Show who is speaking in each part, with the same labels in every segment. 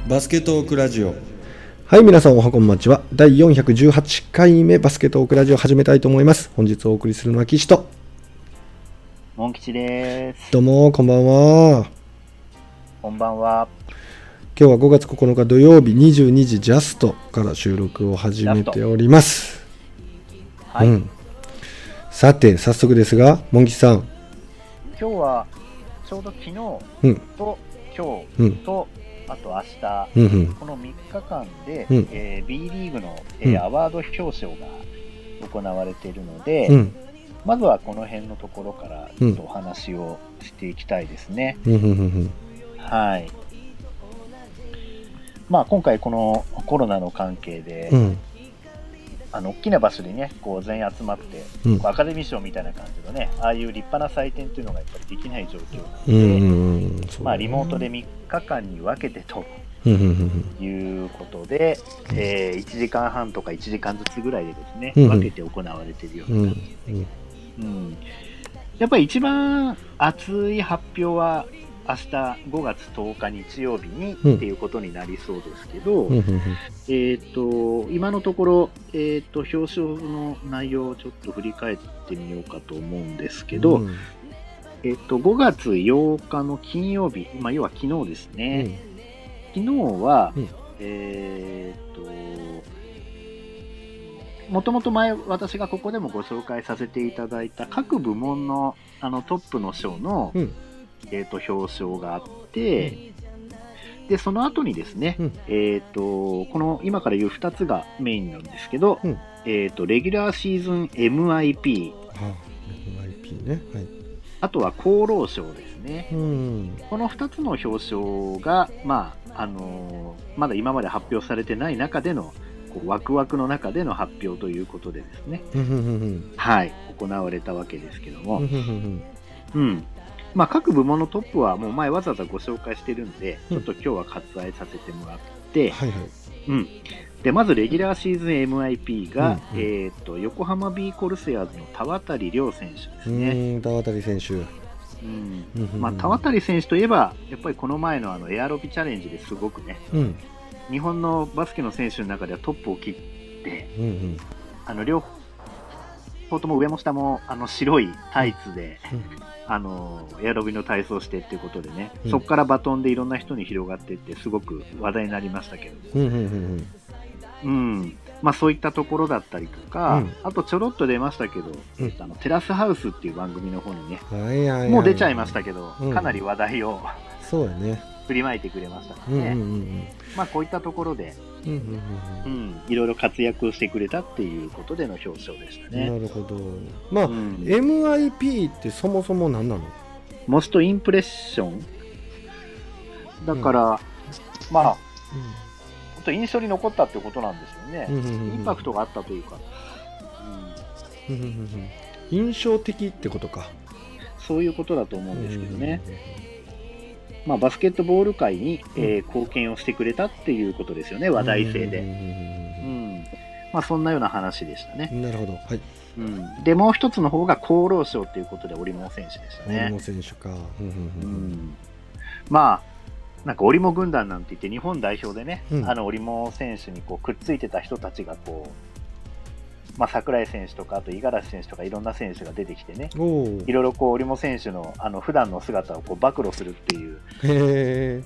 Speaker 1: バスケトークラジオ。
Speaker 2: はい、皆さんおはこんばんちは。第418回目バスケトークラジオ始めたいと思います。本日お送りするのは岸と
Speaker 3: モン吉です。
Speaker 2: どうもこんばんは。
Speaker 3: こんばんは。
Speaker 2: 今日は5月9日土曜日22時ジャストから収録を始めております。
Speaker 3: はい、
Speaker 2: さて早速ですが、モン吉さん、
Speaker 3: 今日はちょうど昨日と今日と、あと明日、この3日間で、B リーグの、アワード表彰が行われているので、まずはこの辺のところからちょっとお話をしていきたいですね。はい。まあ今回このコロナの関係で、大きな場所でね、こう全員集まって、アカデミー賞みたいな感じのね、ああいう立派な祭典というのがやっぱりできない状況なので、まあリモートで3日間に分けてということで、1時間半とか1時間ずつぐらいでですね、分けて行われているような感じで、やっぱり一番熱い発表は明日5月10日日曜日にっていうことになりそうですけど、今のところ、表彰の内容をちょっと振り返ってみようかと思うんですけど、5月8日の金曜日、要は昨日ですね。昨日は、もともと前私がここでもご紹介させていただいた各部門のトップの賞の、表彰があって、でその後にですね、この今から言う2つがメインなんですけど、レギュラーシーズン MIP、あとは功労賞ですね。この2つの表彰が、まだ今まで発表されてない中でのワクワクの中での発表ということでですね、はい、行われたわけですけども、各部門のトップはもう前わざわざご紹介してるんで、ちょっと今日は割愛させてもらって、でまずレギュラーシーズン MIP が、横浜 B コルセアーズの田渡亮選手ですね。
Speaker 2: 田渡選手、
Speaker 3: 田渡選手といえばやっぱりこの前のエアロビチャレンジですごくね、日本のバスケの選手の中ではトップを切って、両方とも上も下も白いタイツで、エアロビの体操してっていうことでね、そこからバトンでいろんな人に広がっていってすごく話題になりましたけど、そういったところだったりとか、あとちょろっと出ましたけど、テラスハウスっていう番組の方にね、もう出ちゃいましたけど、かなり話題を
Speaker 2: そうやね、
Speaker 3: 振りまいてくれましたので、こういったところでいろいろ活躍をしてくれたっていうことでの表彰でしたね。
Speaker 2: なるほど。MIP ってそもそも何なの？
Speaker 3: モストインプレッションだから、本当印象に残ったってことなんですよね。インパクトがあったというか、
Speaker 2: 印象的ってことか。
Speaker 3: そういうことだと思うんですけどね。バスケットボール界に、貢献をしてくれたっていうことですよね、話題性で。そんなような話でしたね。
Speaker 2: なるほど。はい。
Speaker 3: でもう一つの方が功労賞ということで織茂選手でしたね。
Speaker 2: 織茂選手か。
Speaker 3: なんか織茂軍団なんて言って日本代表でね、織茂選手にくっついてた人たちが櫻井選手とかあと五十嵐選手とかいろんな選手が出てきてね、いろいろ織茂選手の普段の姿を暴露するっていう、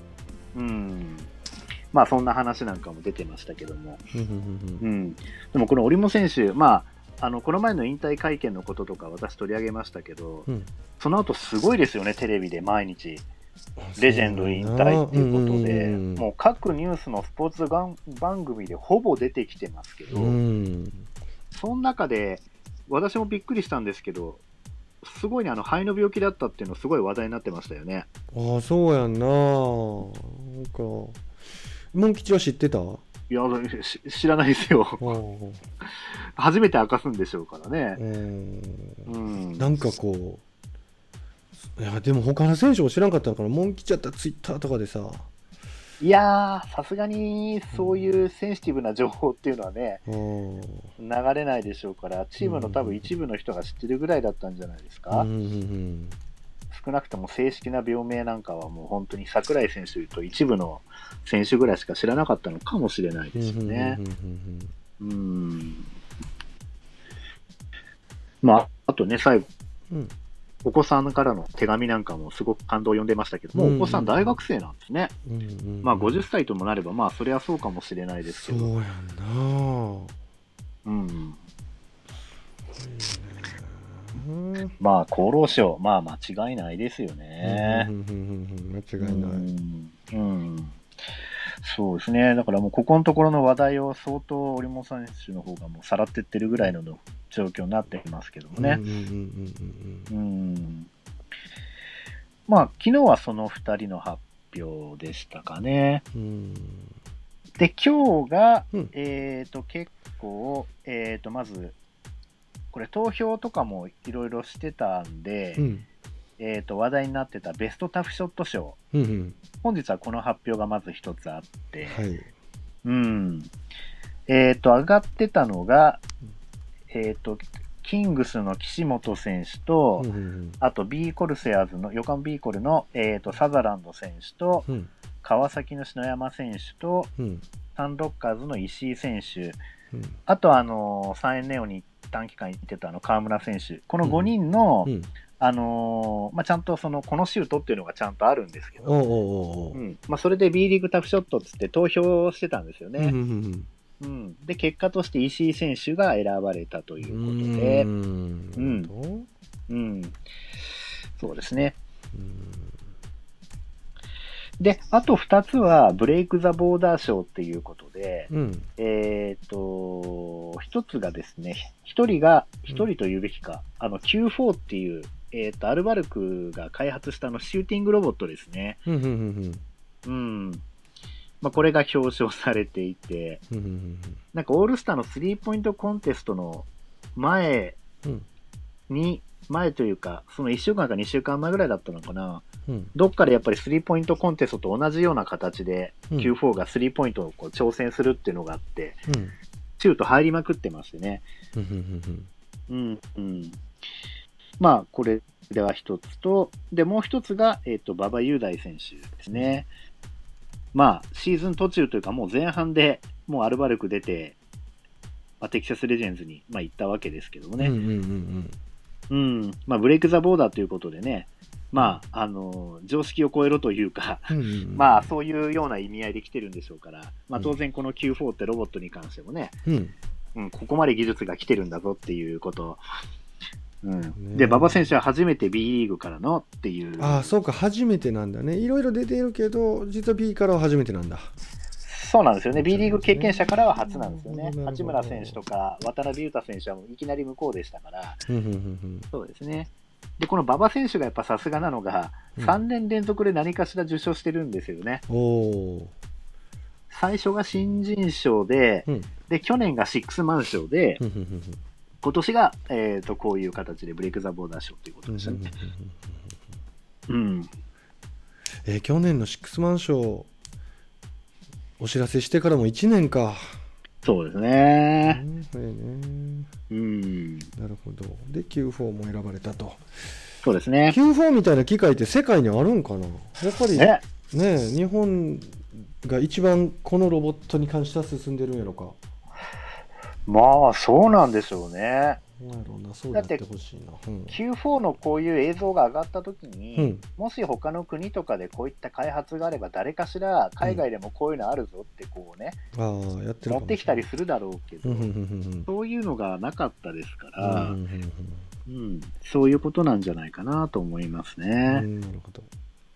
Speaker 3: そんな話なんかも出てましたけども、でもこの織茂選手、この前の引退会見のこととか私取り上げましたけど、その後すごいですよね、テレビで毎日レジェンド引退っていうことで、もう各ニュースのスポーツ番組でほぼ出てきてますけど、その中で私もびっくりしたんですけど、すごいね、肺の病気だったっていうのすごい話題になってましたよね。
Speaker 2: そうやんな。なんかモン吉は知ってた？
Speaker 3: いや、知らないですよ。初めて明かすんでしょうからね。
Speaker 2: なんかいやでも他の選手も知らんかったのかな。モン吉やったらツイッターとかでさ、
Speaker 3: いやー、さすがにそういうセンシティブな情報っていうのはね、流れないでしょうから、チームの多分一部の人が知ってるぐらいだったんじゃないですか。 少なくとも正式な病名なんかはもう本当に櫻井選手と一部の選手ぐらいしか知らなかったのかもしれないですよね。まあ、あとね、最後、お子さんからの手紙なんかもすごく感動を呼んでましたけども、お子さん大学生なんですね。まあ50歳ともなれば、まあそりゃそうかもしれないですけど。
Speaker 2: そうやんな。
Speaker 3: まあ厚労省、まあ間違いないですよね。
Speaker 2: 間違いない。
Speaker 3: そうですね。だからもうここのところの話題を相当織茂選手の方がもうさらってってるぐらいの状況になっていますけどもね。まあ昨日はその2人の発表でしたかね。で今日が、結構、まずこれ投票とかもいろいろしてたんで、話題になってたベストタフショット賞、本日はこの発表がまず一つあって、上がってたのが、キングスの岸本選手と、あとビーコルセアーズの横浜ビーコルの、サザランド選手と、川崎の篠山選手と、サンロッカーズの石井選手、あと3円ネオに短期間行ってた川村選手、この5人の、ちゃんとこのシュートっていうのがちゃんとあるんですけど、それで B リーグタフショットっつって投票してたんですよね。で結果として石井選手が選ばれたということで、そうですね。で、あと2つはブレイク・ザ・ボーダー賞っていうことで、1つがですね、1人と言うべきか、Q4 っていう、アルバルクが開発したシューティングロボットですね。これが表彰されていて、なんかオールスターのスリーポイントコンテストの前というか、その1週間か2週間前ぐらいだったのかな。どっかでやっぱりスリーポイントコンテストと同じような形で Q4 がスリーポイントをこう挑戦するっていうのがあって、シュート入りまくってましてね。まあこれでは一つと、でもう一つが馬場雄大選手ですね。まあシーズン途中というかもう前半でもうアルバルク出て、テキサスレジェンズに行ったわけですけどもね。ブレイク・ザ・ボーダーということでね、常識を超えろというか、そういうような意味合いで来てるんでしょうから、当然この Q4 ってロボットに関してもね、ここまで技術が来てるんだぞっていうこと。で、馬場選手は初めて B リーグからのっていう。
Speaker 2: そうか、初めてなんだね。いろいろ出ているけど、実は B からは初めてなんだ。
Speaker 3: そうなんですよね。B リーグ経験者からは初なんですよね。八村選手とか渡辺裕太選手はもういきなり向こうでしたから。そうですね。で、この馬場選手がやっぱさすがなのが、3年連続で何かしら受賞してるんですよね。最初が新人賞で、で、去年がシックスマン賞で、今年が、こういう形でブレイク・ザ・ボーダー賞ということでしたね。
Speaker 2: 去年のシックスマン賞、お知らせしてからも1年か。
Speaker 3: そうですね。
Speaker 2: なるほど。で Q4 も選ばれたと。
Speaker 3: そうですね。
Speaker 2: Q4 みたいな機械って世界にあるんかな。やっぱりね、日本が一番このロボットに関しては進んでるんやろか。
Speaker 3: そうなんでしょうね。
Speaker 2: そうやってほしいな。
Speaker 3: Q4 のこういう映像が上がったときに、もし他の国とかでこういった開発があれば、誰かしら海外でもこういうのあるぞってこうね、持ってきたりするだろうけど、そういうのがなかったですから、そういうことなんじゃないかなと思いますね。なるほど。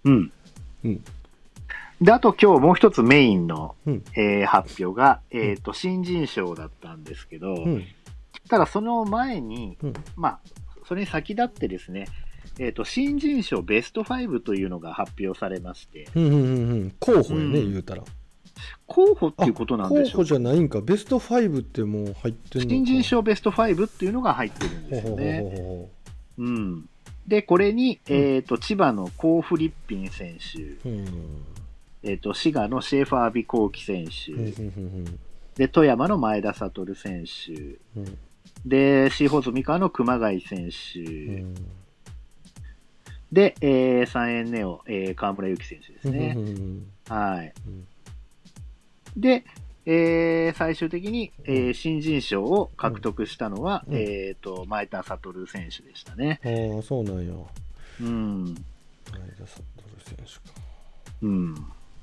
Speaker 3: で、あと今日もう一つメインの、発表が、新人賞だったんですけど、ただその前に、それに先立ってですね、新人賞ベスト5というのが発表されまして、
Speaker 2: 候補やね、言うたら。
Speaker 3: 候補っていうことなんでしょうか。
Speaker 2: 候補じゃないんか。ベスト5ってもう入ってるのか。
Speaker 3: 新人賞ベスト5っていうのが入ってるんですよね。で、これに、千葉のコー・フリッピン選手、滋賀のシェーファー・アビコーキ選手、で富山の前田悟選手、でシーホーズ三河の熊谷選手、 で、3円ネオ、河村勇輝選手ですね。はい。で、最終的に、新人賞を獲得したのは、前田悟選手でしたね。
Speaker 2: ああ、そうなんや。
Speaker 3: うん。
Speaker 2: 前田悟選手か。
Speaker 3: うん。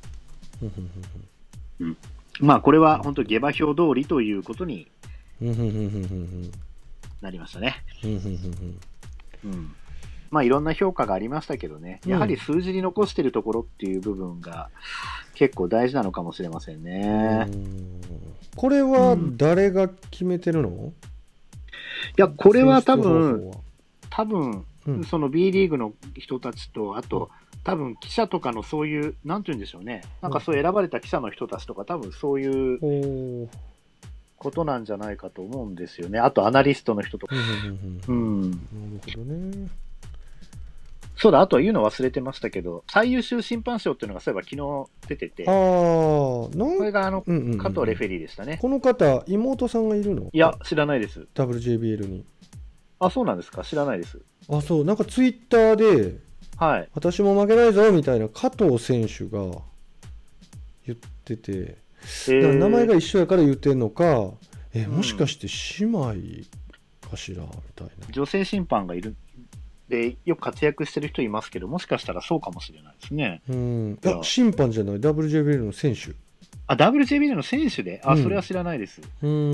Speaker 3: まあ、これは本当下馬評通りということになりましたね。まあ、いろんな評価がありましたけどね、やはり数字に残しているところっていう部分が結構大事なのかもしれませんね。
Speaker 2: これは誰が決めてるの？
Speaker 3: いや、これは多分、その B リーグの人たちと、あと、多分記者とかのそういう、なんて言うんでしょうね、なんかそう選ばれた記者の人たちとか、多分そういうことなんじゃないかと思うんですよね。あとアナリストの人とか。なるほどね。そうだ、あとは言うの忘れてましたけど、最優秀審判賞っていうのがそういえば昨日出てて、これが加藤レフェリーでしたね。
Speaker 2: この方、妹さんがいるの？
Speaker 3: いや、知らないです。
Speaker 2: WJBL に。
Speaker 3: あ、そうなんですか？知らないです。
Speaker 2: あ、そう、なんかツイッターで、
Speaker 3: はい、
Speaker 2: 私も負けないぞみたいな加藤選手が言ってて、だから名前が一緒やから言ってんのか、もしかして姉妹かしらみたいな。
Speaker 3: 女性審判がいるでよく活躍してる人いますけど、もしかしたらそうかもしれないですね。
Speaker 2: いや、審判じゃない、WJBL の選手。
Speaker 3: あ、WJBL の選手で、それは知らないです。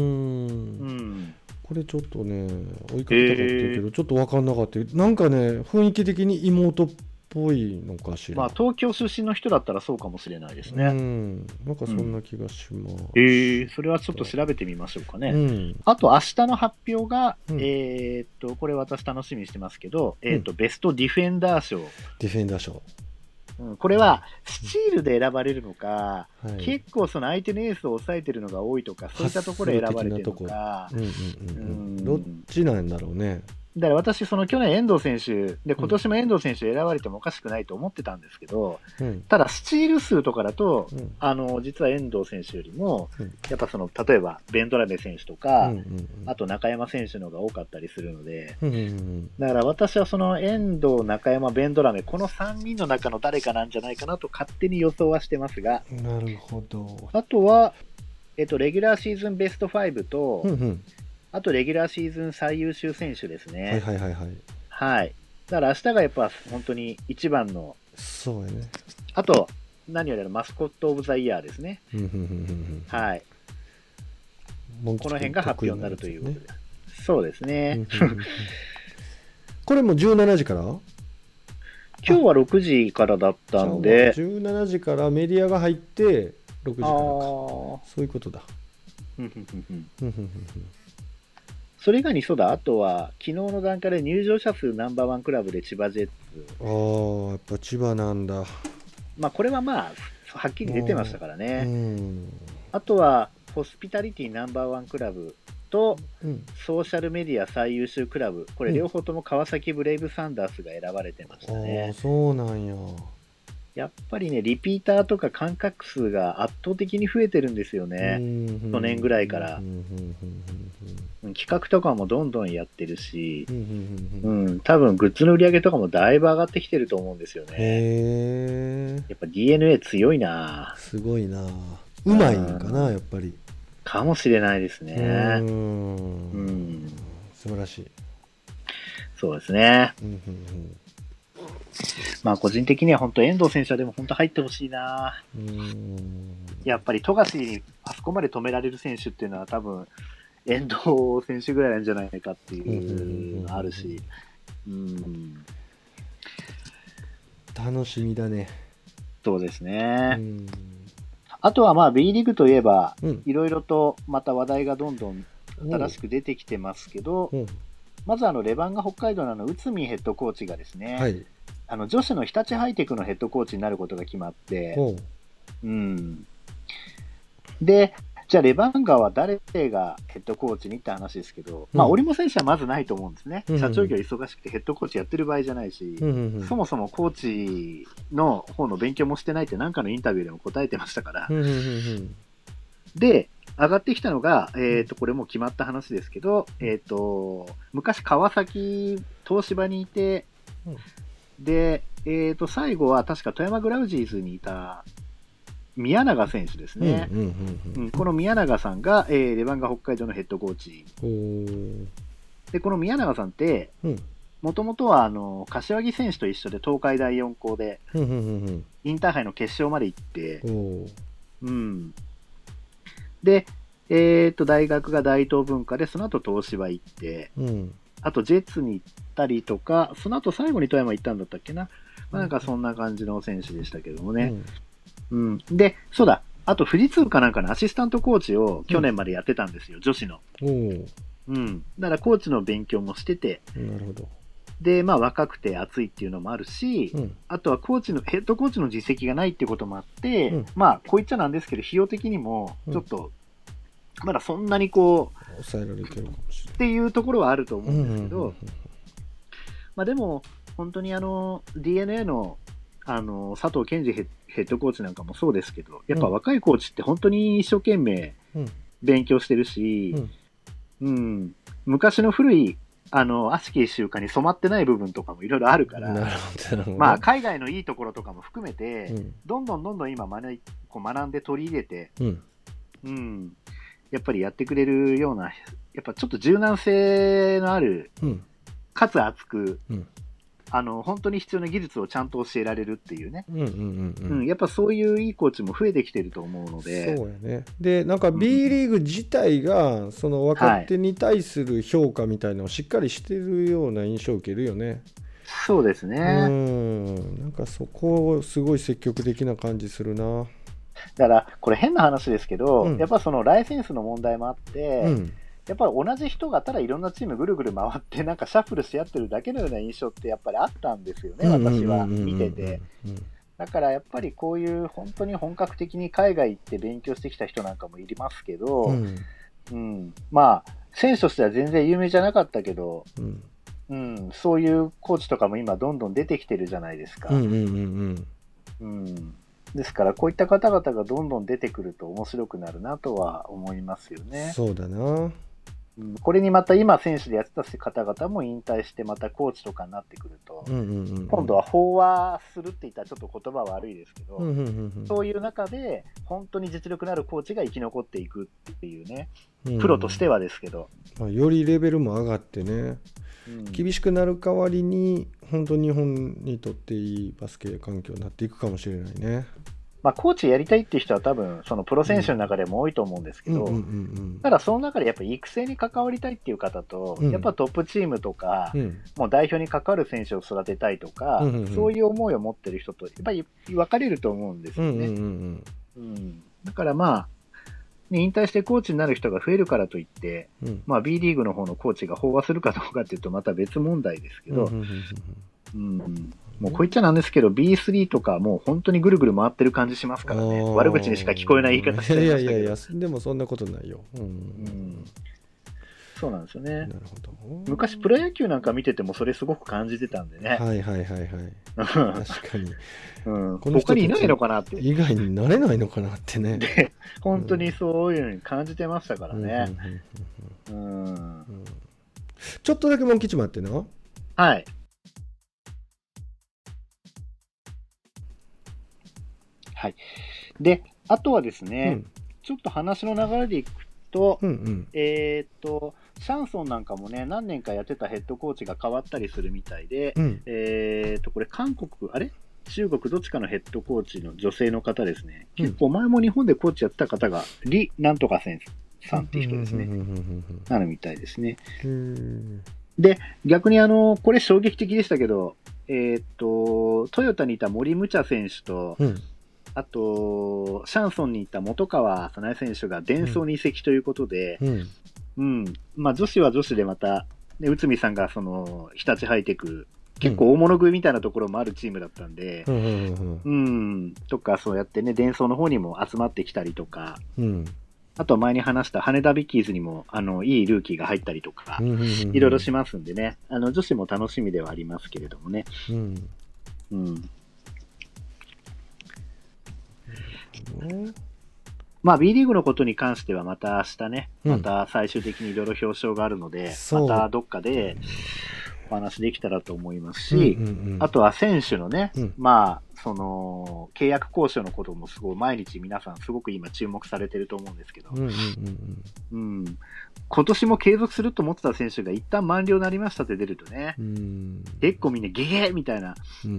Speaker 2: これちょっとね、追いかけたかったけど、ちょっと分かんなかった。なんかね、雰囲気的に妹っぽいのかしら。
Speaker 3: まあ、東京出身の人だったらそうかもしれないですね。
Speaker 2: なんかそんな気がします。
Speaker 3: それはちょっと調べてみましょうかね。あと、明日の発表が、これ私楽しみにしてますけど、ベストディフェンダー賞。
Speaker 2: ディフェンダー賞。
Speaker 3: これはスチールで選ばれるのか、結構その相手のエースを抑えてるのが多いとか、そういったところで選ばれてるのか、
Speaker 2: どっちなんだろうね。
Speaker 3: だから私、その去年遠藤選手で、今年も遠藤選手選ばれてもおかしくないと思ってたんですけど、ただスチール数とかだと、実は遠藤選手よりも、やっぱその、例えばベンドラメ選手とか、あと中山選手の方が多かったりするので、だから私はその遠藤、中山、ベンドラメ、この3人の中の誰かなんじゃないかなと勝手に予想はしてますが、
Speaker 2: なるほど。
Speaker 3: あとは、レギュラーシーズンベスト5と、あと、レギュラーシーズン最優秀選手ですね。はい。だから明日がやっぱ本当に一番の。
Speaker 2: そうやね。
Speaker 3: あと、何よりマスコット・オブ・ザ・イヤーですね。はい。この辺が発表になるということで。そうですね。
Speaker 2: これも17時から？
Speaker 3: 今日は6時からだったんで。
Speaker 2: 17時からメディアが入って、6時からか。そういうことだ。
Speaker 3: それ以外にそうだ、あとは昨日の段階で入場者数ナンバーワンクラブで千葉ジェッツ。
Speaker 2: やっぱ千葉なんだ。
Speaker 3: まあこれはまあはっきり出てましたからね。あとはホスピタリティナンバーワンクラブと、ソーシャルメディア最優秀クラブ、これ両方とも川崎ブレイブサンダースが選ばれてましたね。
Speaker 2: そうなんや。
Speaker 3: やっぱりね、リピーターとか観客数が圧倒的に増えてるんですよね。去年ぐらいから。企画とかもどんどんやってるし、多分グッズの売り上げとかもだいぶ上がってきてると思うんですよね。やっぱ DNA 強いな。
Speaker 2: すごいな。うまいんかな、やっぱり。
Speaker 3: かもしれないですね。
Speaker 2: 素晴らしい。
Speaker 3: そうですね。まあ個人的には本当遠藤選手はでも本当入ってほしいな。やっぱり富樫にあそこまで止められる選手っていうのは多分遠藤選手ぐらいなんじゃないかっていうのがあるし、
Speaker 2: 楽しみだね。
Speaker 3: そうですね。あとはまあ B リーグといえばいろいろとまた話題がどんどん新しく出てきてますけど、まずレバンガ北海道の内海ヘッドコーチがですね、女子の日立ハイテクのヘッドコーチになることが決まって、で、じゃあレバンガは誰がヘッドコーチにって話ですけど、まあ折茂選手はまずないと思うんですね。社長業忙しくてヘッドコーチやってる場合じゃないし、そもそもコーチの方の勉強もしてないって何かのインタビューでも答えてましたから。で、上がってきたのが、これも決まった話ですけど、昔川崎東芝にいて、 で、最後は確か富山グラウジーズにいた宮永選手ですね。この宮永さんが、レバンガ北海道のヘッドコーチ。で、この宮永さんって、もともとは柏木選手と一緒で東海大4校で、インターハイの決勝まで行って、で、大学が大東文化で、その後東芝行って、あとジェッツに行ったりとか、その後最後に富山行ったんだったっけな。なんかそんな感じの選手でしたけどもね。で、そうだ、あと富士通かなんかのアシスタントコーチを去年までやってたんですよ、女子の。だからコーチの勉強もしてて、
Speaker 2: なるほど。
Speaker 3: で、まあ若くて熱いっていうのもあるし、あとはヘッドコーチの実績がないっていうこともあって、まあこう言っちゃなんですけど、費用的にもちょっと、まだそんなにこう、
Speaker 2: 抑えられてるかもしれない。
Speaker 3: っていうところはあると思うんですけど、まあでも、本当にDNA の、佐藤健二ヘッドコーチなんかもそうですけど、やっぱ若いコーチって本当に一生懸命勉強してるし、昔の古い、悪しき一週間に染まってない部分とかもいろいろあるから、まあ海外のいいところとかも含めて、どんどん今学んで取り入れて、やっぱりやってくれるような、やっぱちょっと柔軟性のある、かつ熱く、本当に必要な技術をちゃんと教えられるっていうね。やっぱそういういいコーチも増えてきてると思うので。
Speaker 2: そうやね。で、なんか B リーグ自体が、その若手に対する評価みたいなのをしっかりしてるような印象を受けるよね。
Speaker 3: そうですね。
Speaker 2: なんかそこすごい積極的な感じするな。
Speaker 3: だからこれ変な話ですけど、やっぱそのライセンスの問題もあって、やっぱり同じ人がただいろんなチームぐるぐる回ってなんかシャッフルし合ってるだけのような印象ってやっぱりあったんですよね、私は見てて。だからやっぱりこういう本当に本格的に海外行って勉強してきた人なんかもいますけど、まあ選手としては全然有名じゃなかったけど、そういうコーチとかも今どんどん出てきてるじゃないですか。ですからこういった方々がどんどん出てくると面白くなるなとは思いますよね。
Speaker 2: そうだな。
Speaker 3: これにまた今選手でやってた方々も引退してまたコーチとかになってくると、今度は飽和するって言ったらちょっと言葉は悪いですけど、そういう中で本当に実力のあるコーチが生き残っていくっていうね、プロとしてはですけど、
Speaker 2: よりレベルも上がってね、厳しくなる代わりに本当に日本にとっていいバスケ環境になっていくかもしれないね。
Speaker 3: まあ、コーチやりたいっていう人は多分そのプロ選手の中でも多いと思うんですけど、ただその中でやっぱり育成に関わりたいっていう方と、やっぱトップチームとか、もう代表に関わる選手を育てたいとか、そういう思いを持ってる人とやっぱり分かれると思うんですよね。だからまあ、引退してコーチになる人が増えるからといって、まあ、B リーグの方のコーチが飽和するかどうかっていうとまた別問題ですけど、もうこう言っちゃなんですけど B3 とかもう本当にぐるぐる回ってる感じしますからね。悪口にしか聞こえない言い方しちゃいましたけど。
Speaker 2: いやでもそんなことないよ。
Speaker 3: そうなんですよね。
Speaker 2: なるほど。
Speaker 3: 昔プロ野球なんか見ててもそれすごく感じてたんでね。確
Speaker 2: かに。
Speaker 3: 他にいないのかなって。
Speaker 2: 以外になれないのかなってね。
Speaker 3: で本当にそういうのに感じてましたからね。
Speaker 2: ちょっとだけモン吉待ってな。
Speaker 3: はい。はい。で、あとはですね、ちょっと話の流れでいくと、シャンソンなんかもね、何年かやってたヘッドコーチが変わったりするみたいで、これ韓国、中国どっちかのヘッドコーチの女性の方ですね。結構前も日本でコーチやってた方が、リ・なんとかさんっていう人ですね。なるみたいですね。で、逆にこれ衝撃的でしたけど、トヨタにいた森ムチャ選手と、あと、シャンソンに行った本川早苗選手がデンソーに移籍ということで、まあ女子は女子でまた、ね、内海さんがその日立ハイテク、結構大物食いみたいなところもあるチームだったんで、とかそうやってね、デンソーの方にも集まってきたりとか、あと前に話した羽田ビッキーズにもいいルーキーが入ったりとか、いろいろしますんでね、女子も楽しみではありますけれどもね。まあ B リーグのことに関してはまた明日ね、また最終的にいろいろ表彰があるので、またどっかでお話できたらと思いますし、あとは選手のね、まあ、その、契約交渉のこともすごい毎日皆さんすごく今注目されてると思うんですけど、今年も継続すると思ってた選手が一旦満了になりましたって出るとね、結構みんなゲゲーみたいな。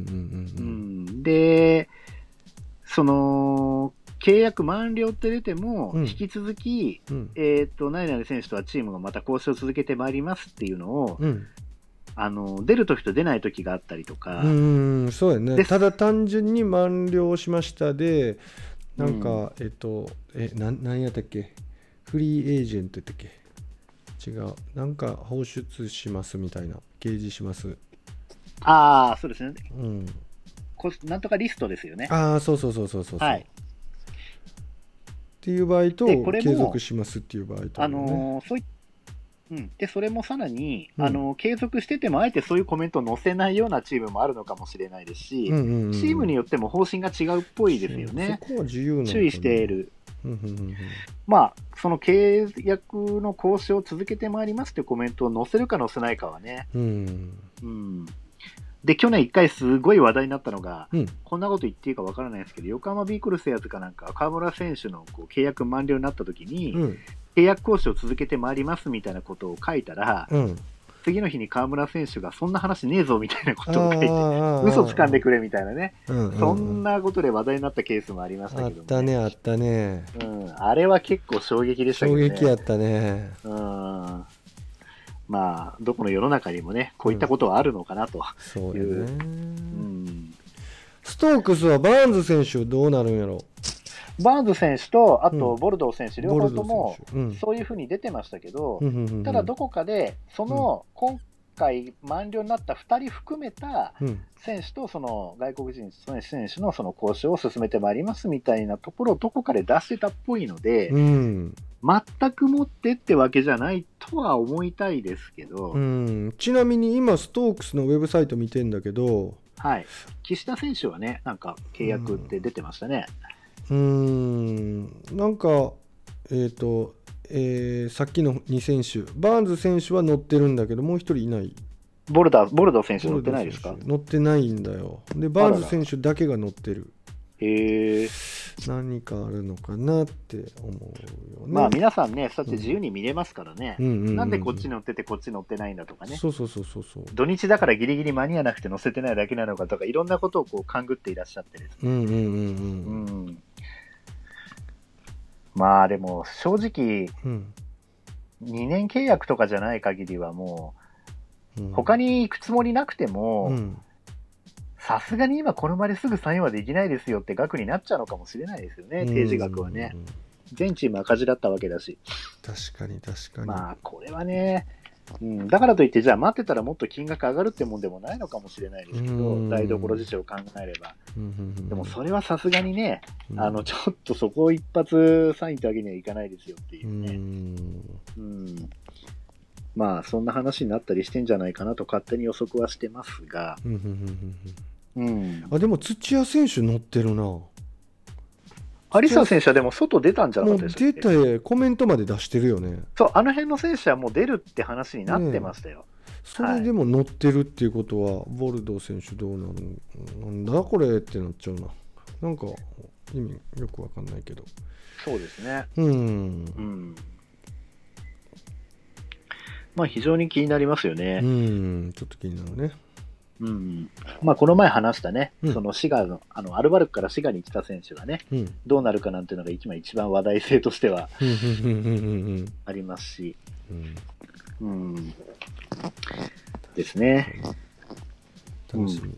Speaker 3: で、その、契約満了って出ても、引き続き、何々選手とはチームがまた交渉を続けてまいりますっていうのを、出るときと出ないときがあったりとか。
Speaker 2: そうやね。ただ単純に満了しましたで、なんか、何やったっけ、フリーエージェントやったっけ、違う、なんか放出しますみたいな、掲示します。
Speaker 3: ああ、そうですね。なんとかリストですよね。
Speaker 2: ああ、そう。はい。っていう場合と、継続しますっていう場合と、
Speaker 3: そういで、それもさらに、継続してても、あえてそういうコメントを載せないようなチームもあるのかもしれないですし、チームによっても方針が違うっぽいですよね。
Speaker 2: そこは自由なのかな。
Speaker 3: 注意している。まあ、その契約の交渉を続けてまいりますというコメントを載せるか載せないかはね。で、去年1回すごい話題になったのが、こんなこと言っていいかわからないですけど、横浜ビーコルセアーズかなんか、河村選手の契約満了になった時に、契約交渉を続けてまいりますみたいなことを書いたら、次の日に河村選手がそんな話ねえぞみたいなことを書いて、嘘つかんでくれみたいなね、そんなことで話題になったケースもありましたけどね。
Speaker 2: あったね。
Speaker 3: あれは結構衝撃でしたけどね。
Speaker 2: 衝撃やったね。
Speaker 3: まあ、どこの世の中にもね、こういったことはあるのかなという。
Speaker 2: そうよね。ストークスはバーンズ選手どうなるんやろ。
Speaker 3: バーンズ選手と、あとボルドー選手、両方ともそういうふうに出てましたけど、ただどこかで、その今回満了になった2人含めた選手と、その外国人選手のその交渉を進めてまいりますみたいなところをどこかで出してたっぽいので、全くもってってわけじゃないとは思いたいですけど、
Speaker 2: ちなみに今、ストークスのウェブサイト見てんだけど、
Speaker 3: はい、岸田選手はね、なんか契約って出てましたね。
Speaker 2: なんか、さっきの2選手、バーンズ選手は乗ってるんだけど、もう一人いない。
Speaker 3: ボルドー選手乗ってないですか？
Speaker 2: 乗ってないんだよ。で、バーンズ選手だけが乗ってる。何かあるのかなって思うよね。
Speaker 3: まあ皆さんね、そうやって自由に見れますからね。なんでこっち乗っててこっち乗ってないんだとかね。
Speaker 2: そう。
Speaker 3: 土日だからギリギリ間に合わなくて乗せてないだけなのかとか、いろんなことをこう勘ぐっていらっしゃってですね。まあでも正直、2年契約とかじゃない限りはもう、他に行くつもりなくても、さすがに今この場ですぐサインはできないですよって額になっちゃうのかもしれないですよね、提示額はね。全チーム赤字だったわけだし。
Speaker 2: 確かに。
Speaker 3: まあこれはね、だからといってじゃあ待ってたらもっと金額上がるってもんでもないのかもしれないですけど、台所事情を考えれば。でもそれはさすがにね、ちょっとそこを一発サインってわけにはいかないですよっていうね。まあそんな話になったりしてんじゃないかなと勝手に予測はしてますが。
Speaker 2: でも土屋選手乗ってるな。
Speaker 3: アリサ選手はでも外出たんじゃなかったですか？
Speaker 2: もう出てコメントまで出してるよね。
Speaker 3: そう、あの辺の選手はもう出るって話になってましたよ。
Speaker 2: それでも乗ってるっていうことは、ボルドー選手どうなるの？なんだこれってなっちゃうな。なんか意味よくわかんないけど。
Speaker 3: そうですね。まあ非常に気になりますよね。
Speaker 2: ちょっと気になるね。
Speaker 3: まあこの前話したね、その滋賀のアルバルクから滋賀に来た選手がね、どうなるかなんていうのが一番話題性としてはありますし、ですね。
Speaker 2: 楽しみ。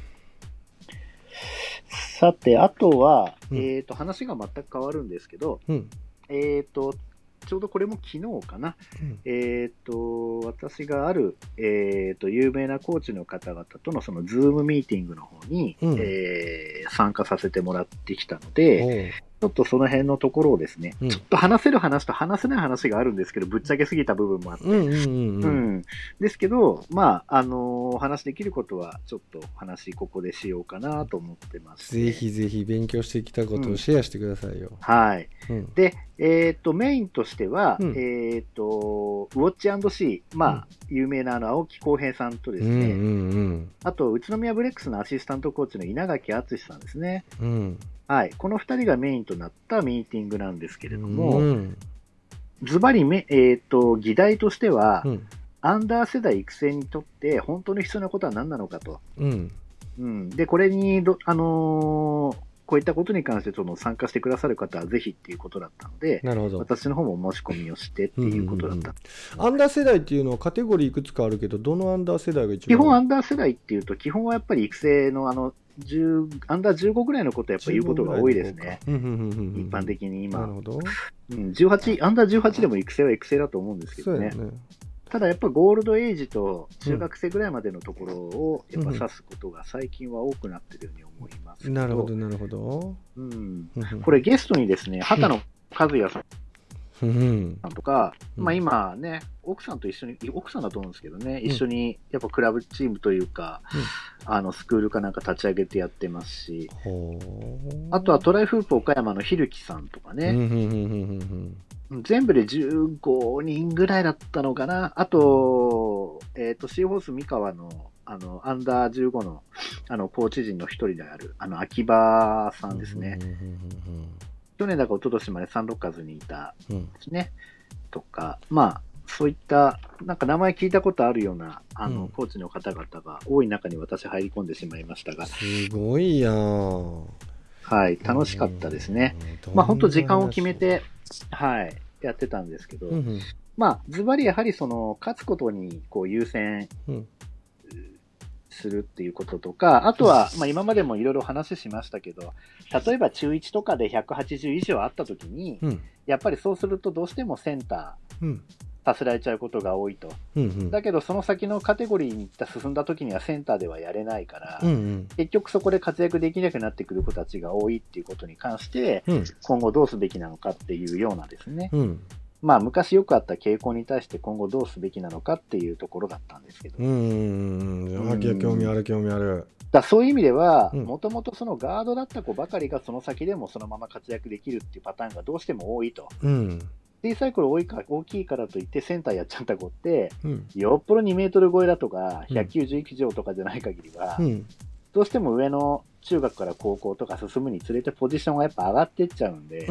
Speaker 3: さてあとは、話が全く変わるんですけど、ちょうどこれも昨日かな、私がある、有名なコーチの方々とのそのズームミーティングの方に、参加させてもらってきたので、 ちょっとその辺のところをですね、
Speaker 2: うん
Speaker 3: ちょっと話せる話と話せない話があるんですけど、ぶっちゃけすぎた部分もあって、ですけど、まあ、お話できることは、ちょっと話ここでしようかなと思ってます。
Speaker 2: ぜひぜひ勉強してきたことをシェアしてくださいよ。
Speaker 3: はい。
Speaker 2: うん
Speaker 3: で、メインとしては、
Speaker 2: うん
Speaker 3: ウォッチ&シー、まあ、有名な青木浩平さんとですね、あと、宇都宮ブレックスのアシスタントコーチの稲垣敦さんですね。はい。この2人がメインとなったミーティングなんですけれども、ズバリ、議題としては、アンダー世代育成にとって本当に必要なことは何なのかと。で、これにこういったことに関して参加してくださる方はぜひっていうことだったので、
Speaker 2: なるほど。
Speaker 3: 私の方も申し込みをしてっていうことだった。
Speaker 2: アンダー世代っていうのはカテゴリーいくつかあるけど、どのアンダー世代が一番？
Speaker 3: 基本アンダー世代っていうと、基本はやっぱり育成のアンダー15ぐらいのことをやっぱり言うことが多いですね。一般的に今。
Speaker 2: なるほど。
Speaker 3: アンダー18でも育成は育成だと思うんですけどね。ただやっぱゴールドエイジと中学生ぐらいまでのところをやっぱ指すことが最近は多くなってるように思いますけど。
Speaker 2: なるほど、なるほど。
Speaker 3: これゲストにですね、畑野和也さんとか、まあ今ね、奥さんと一緒に、奥さんだと思うんですけどね、一緒にやっぱクラブチームというか、スクールかなんか立ち上げてやってますし、あとはトライフープ岡山のひるきさんとかね、全部で15人ぐらいだったのかな。あと、シーホース三河の、アンダー15の、コーチ陣の一人である、秋葉さんですね。去年だか一昨年までサンロッカーズにいたですね。とか、まあ、そういった、なんか名前聞いたことあるような、コーチの方々が多い中に私入り込んでしまいましたが。
Speaker 2: すごいやん。
Speaker 3: はい、楽しかったですね。まあ、本当時間を決めて、はい、やってたんですけど、まあ、ズバリやはり勝つことに優先するっていうこととか、あとは、まあ、今までもいろいろ話しましたけど、例えば中1とかで180以上あったときに、やっぱりそうするとどうしてもセンター、させられちゃうことが多いと。だけど、その先のカテゴリーに進んだときにはセンターではやれないから、結局そこで活躍できなくなってくる子たちが多いっていうことに関して、今後どうすべきなのかっていうようなですね。まあ、昔よくあった傾向に対して今後どうすべきなのかっていうところだったんですけど。
Speaker 2: 興味ある、興味ある。
Speaker 3: そういう意味では、もともとそのガードだった子ばかりがその先でもそのまま活躍できるっていうパターンがどうしても多いと。小さい頃大きいからといってセンターやっちゃった子って、よっぽど2メートル超えだとか、190以上とかじゃない限りは、どうしても上の中学から高校とか進むにつれてポジションがやっぱ上がっていっちゃうんで、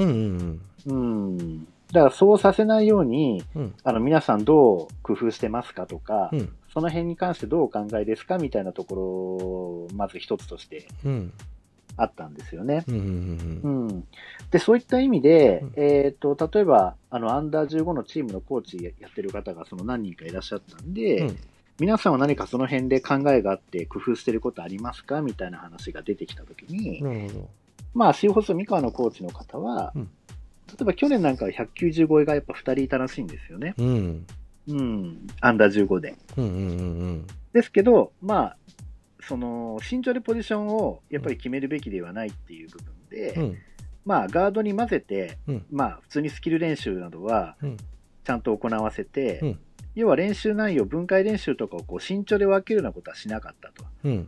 Speaker 3: だからそうさせないように、皆さんどう工夫してますかとか、その辺に関してどうお考えですかみたいなところ、まず一つとしてあったんですよね。で、そういった意味で、例えば、アンダー15のチームのコーチやってる方が何人かいらっしゃったんで、皆さんは何かその辺で考えがあって工夫してることありますかみたいな話が出てきたときに、まあ、シーホース三河のコーチの方は、例えば去年なんかは190超えがやっぱ2人いたらしいんですよね。アンダー15で。ですけど、まあ、身長でポジションをやっぱり決めるべきではないっていう部分で、まあ、ガードに混ぜて、まあ、普通にスキル練習などは、ちゃんと行わせて、要は練習内容、分解練習とかを身長で分けるようなことはしなかったと。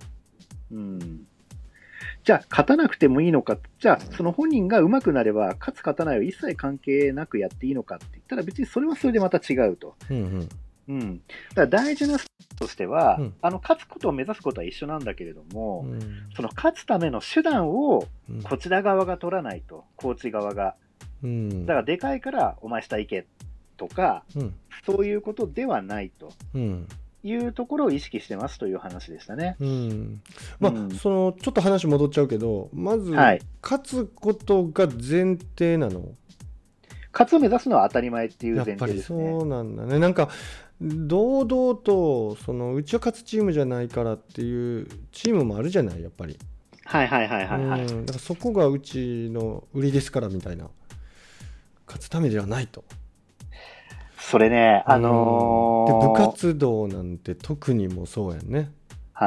Speaker 3: じゃあ、勝たなくてもいいのか、じゃあ、その本人が上手くなれば、勝つ勝たないを一切関係なくやっていいのかって言ったら、別にそれはそれでまた違うと。だから大事なステップとしては、勝つことを目指すことは一緒なんだけれども、その勝つための手段をこちら側が取らないと、コーチ側が。だからでかいからお前下行けとか、そういうことではないと。いうところを意識してますという話でしたね。
Speaker 2: まあ、ちょっと話戻っちゃうけど、まず、勝つことが前提なの？
Speaker 3: 勝つを目指すのは当たり前っていう前提ですね。
Speaker 2: やっぱりそうなんだね。なんか堂々とうちは勝つチームじゃないからっていうチームもあるじゃない、やっぱり。だからそこがうちの売りですからみたいな。勝つためではないと。
Speaker 3: それね、
Speaker 2: で部活動なんて特にもそうやんね。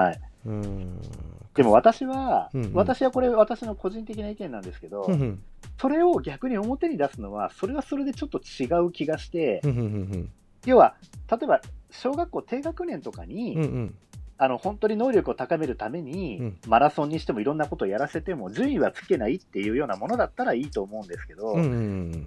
Speaker 2: でも私はこれ私の個人的な意見なんですけど、
Speaker 3: それを逆に表に出すのは、それはそれでちょっと違う気がして、
Speaker 2: うんうんうん、
Speaker 3: 要は、例えば、小学校低学年とかに、
Speaker 2: うんうん、
Speaker 3: 本当に能力を高めるために、マラソンにしてもいろんなことをやらせても、順位はつけないっていうようなものだったらいいと思うんですけど、
Speaker 2: うんうんうん、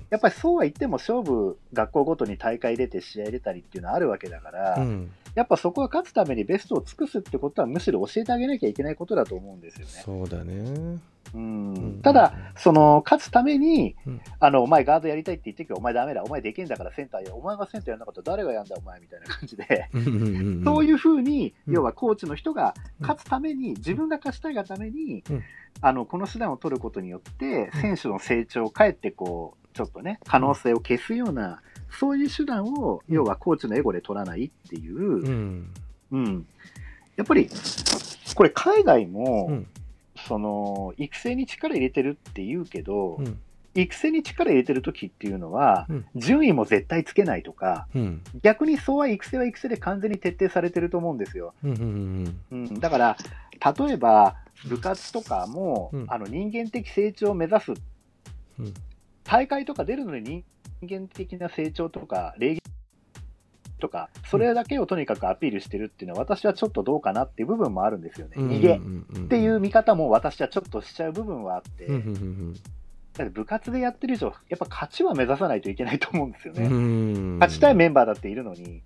Speaker 3: やっぱりそうは言っても、勝負、学校ごとに大会出て、試合出たりっていうのはあるわけだから、
Speaker 2: うん、
Speaker 3: やっぱそこは勝つためにベストを尽くすってことは、むしろ教えてあげなきゃいけないことだと思うんですよね。
Speaker 2: そうだね。
Speaker 3: ただ、勝つために、お前ガードやりたいって言ってきて、お前ダメだ、お前できんだからセンターや、お前がセンターやんなかったら誰がやんだ、お前みたいな感じで、そういうふうに、要はコーチの人が勝つために、自分が勝ちたいがために、この手段を取ることによって、選手の成長をかえってこう、ちょっとね、可能性を消すような、そういう手段を、要はコーチのエゴで取らないっていう、やっぱり、これ海外も、育成に力入れてるって言うけど、育成に力入れてる時っていうのは、順位も絶対つけないとか、逆にそうは育成は育成で完全に徹底されてると思うんですよ。だから、例えば部活とかも、人間的成長を目指す、大会とか出るのに人間的な成長とか礼儀とか、それだけをとにかくアピールしてるっていうのは、私はちょっとどうかなっていう部分もあるんですよね。逃げっていう見方も私はちょっとしちゃう部分はあって、だって部活でやってる以上、やっぱ勝ちは目指さないといけないと思うんですよね。勝ちたいメンバーだっているのに。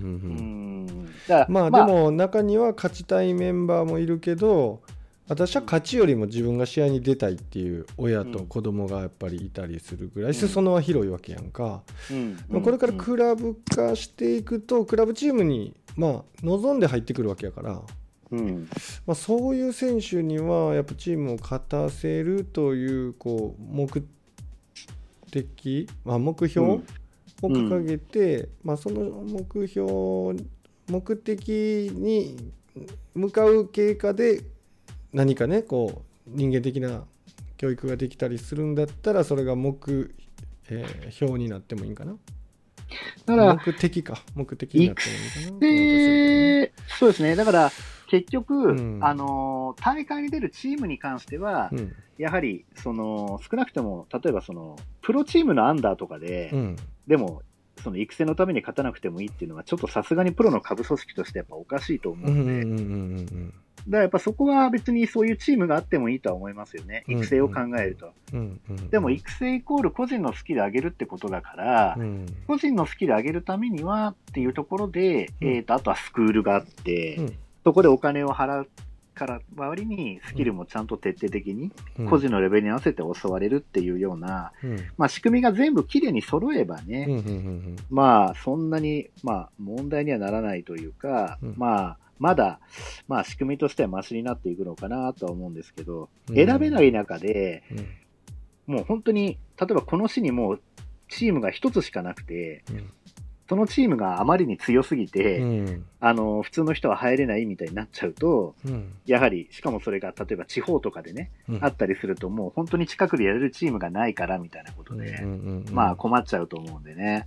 Speaker 2: まあでも中には勝ちたいメンバーもいるけど、私は勝ちよりも自分が試合に出たいっていう親と子供がやっぱりいたりするぐらい裾野は広いわけやんか。これからクラブ化していくと、クラブチームに望んで入ってくるわけやから、そういう選手にはやっぱチームを勝たせるという目的、目標を掲げて、その目的に向かう経過で何かね人間的な教育ができたりするんだったら、それが目標になってもいいんかな。だから目的になってもいいかなと思
Speaker 3: ってそうですね。だから結局、大会に出るチームに関しては、やはり少なくとも例えばプロチームのアンダーとかで、でも育成のために勝たなくてもいいっていうのはちょっとさすがにプロの下部組織としてやっぱおかしいと思うので、だからやっぱそこは別にそういうチームがあってもいいとは思いますよね。育成を考えると。でも育成イコール個人のスキル上げるってことだから、個人のスキル上げるためにはっていうところで、あとはスクールがあって、そこでお金を払うから代わりにスキルもちゃんと徹底的に個人のレベルに合わせて教われるっていうような、仕組みが全部きれいに揃えばね、そんなに、問題にはならないというか、まだ、仕組みとしてはマシになっていくのかなとは思うんですけど、選べない中で、もう本当に、例えばこの市にもうチームが一つしかなくて、そのチームがあまりに強すぎて、普通の人は入れないみたいになっちゃうと、やはり、しかもそれが例えば地方とかでね、あったりすると、もう本当に近くでやれるチームがないからみたいなことで、困っちゃうと思うんでね。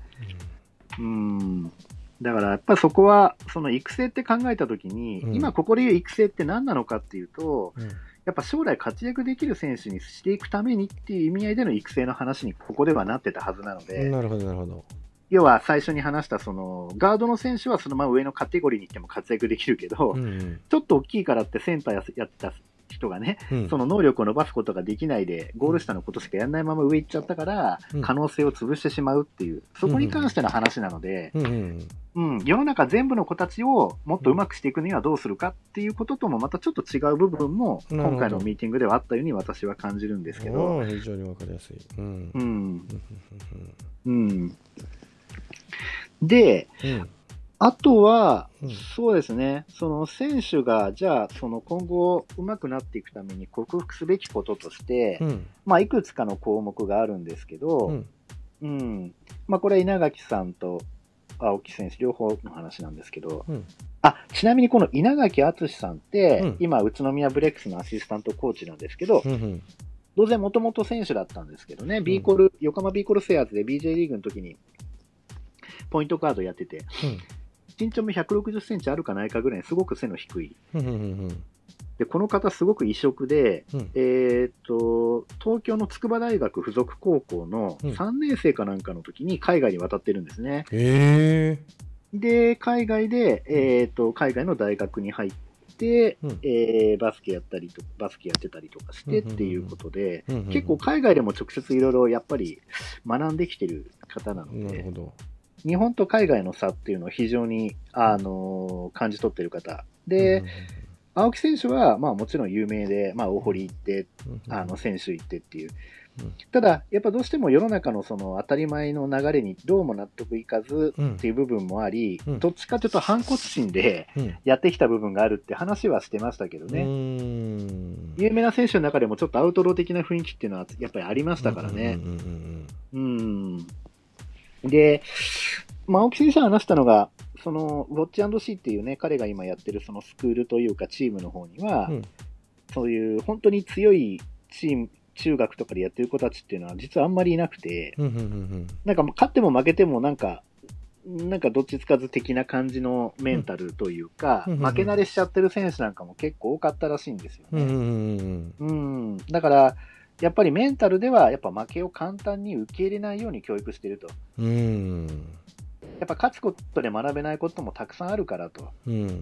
Speaker 3: だからやっぱりそこは、育成って考えたときに、今ここで言う育成って何なのかっていうと、やっぱ将来活躍できる選手にしていくためにっていう意味合いでの育成の話にここではなってたはずなので、
Speaker 2: なるほどなるほど。
Speaker 3: 要は最初に話したガードの選手はそのまま上のカテゴリーに行っても活躍できるけど、ちょっと大きいからってセンターやってた人がね、その能力を伸ばすことができないでゴール下のことしかやらないまま上行っちゃったから、可能性を潰してしまうっていう、そこに関しての話なので、世の中全部の子たちをもっとうまくしていくにはどうするかっていうことともまたちょっと違う部分も今回のミーティングではあったように私は感じるんですけど、
Speaker 2: 非常にわかりやすい。
Speaker 3: で、あとは、そうですね、選手が、じゃあ、今後、上手くなっていくために克服すべきこととして、いくつかの項目があるんですけど、これは稲垣さんと青木選手、両方の話なんですけど、ちなみにこの稲垣敦さんって、今、宇都宮ブレックスのアシスタントコーチなんですけど、当然、もともと選手だったんですけどね、横浜ビーコルセアーズで BJ リーグの時に、ポイントガードやってて、身長も160センチあるかないかぐらいすごく背の低いで、この方すごく異色で、
Speaker 2: うん
Speaker 3: 東京の筑波大学附属高校の3年生かなんかの時に海外に渡ってるんですね。で、海外で、海外の大学に入って、バスケやってたりとかしてっていうことで、結構海外でも直接いろいろやっぱり学んできてる方なので、
Speaker 2: なるほど。
Speaker 3: 日本と海外の差っていうのを非常に、感じ取ってる方。で、青木選手は、まあもちろん有名で、まあ大堀行って、選手行ってっていう。ただ、やっぱどうしても世の中のその当たり前の流れにどうも納得いかずっていう部分もあり、どっちかというと反骨心でやってきた部分があるって話はしてましたけどね。有名な選手の中でもちょっとアウトロー的な雰囲気っていうのはやっぱりありましたからね。で、まあ、青木選手が話したのが、そのウォッチ&シーっていうね、彼が今やってるそのスクールというかチームの方には、そういう本当に強いチーム、中学とかでやってる子たちっていうのは実はあんまりいなくて、なんか勝っても負けてもなんかどっちつかず的な感じのメンタルというか、負け慣れしちゃってる選手なんかも結構多かったらしいんですよね。だから、やっぱりメンタルではやっぱ負けを簡単に受け入れないように教育してると。やっぱ勝つことで学べないこともたくさんあるからと。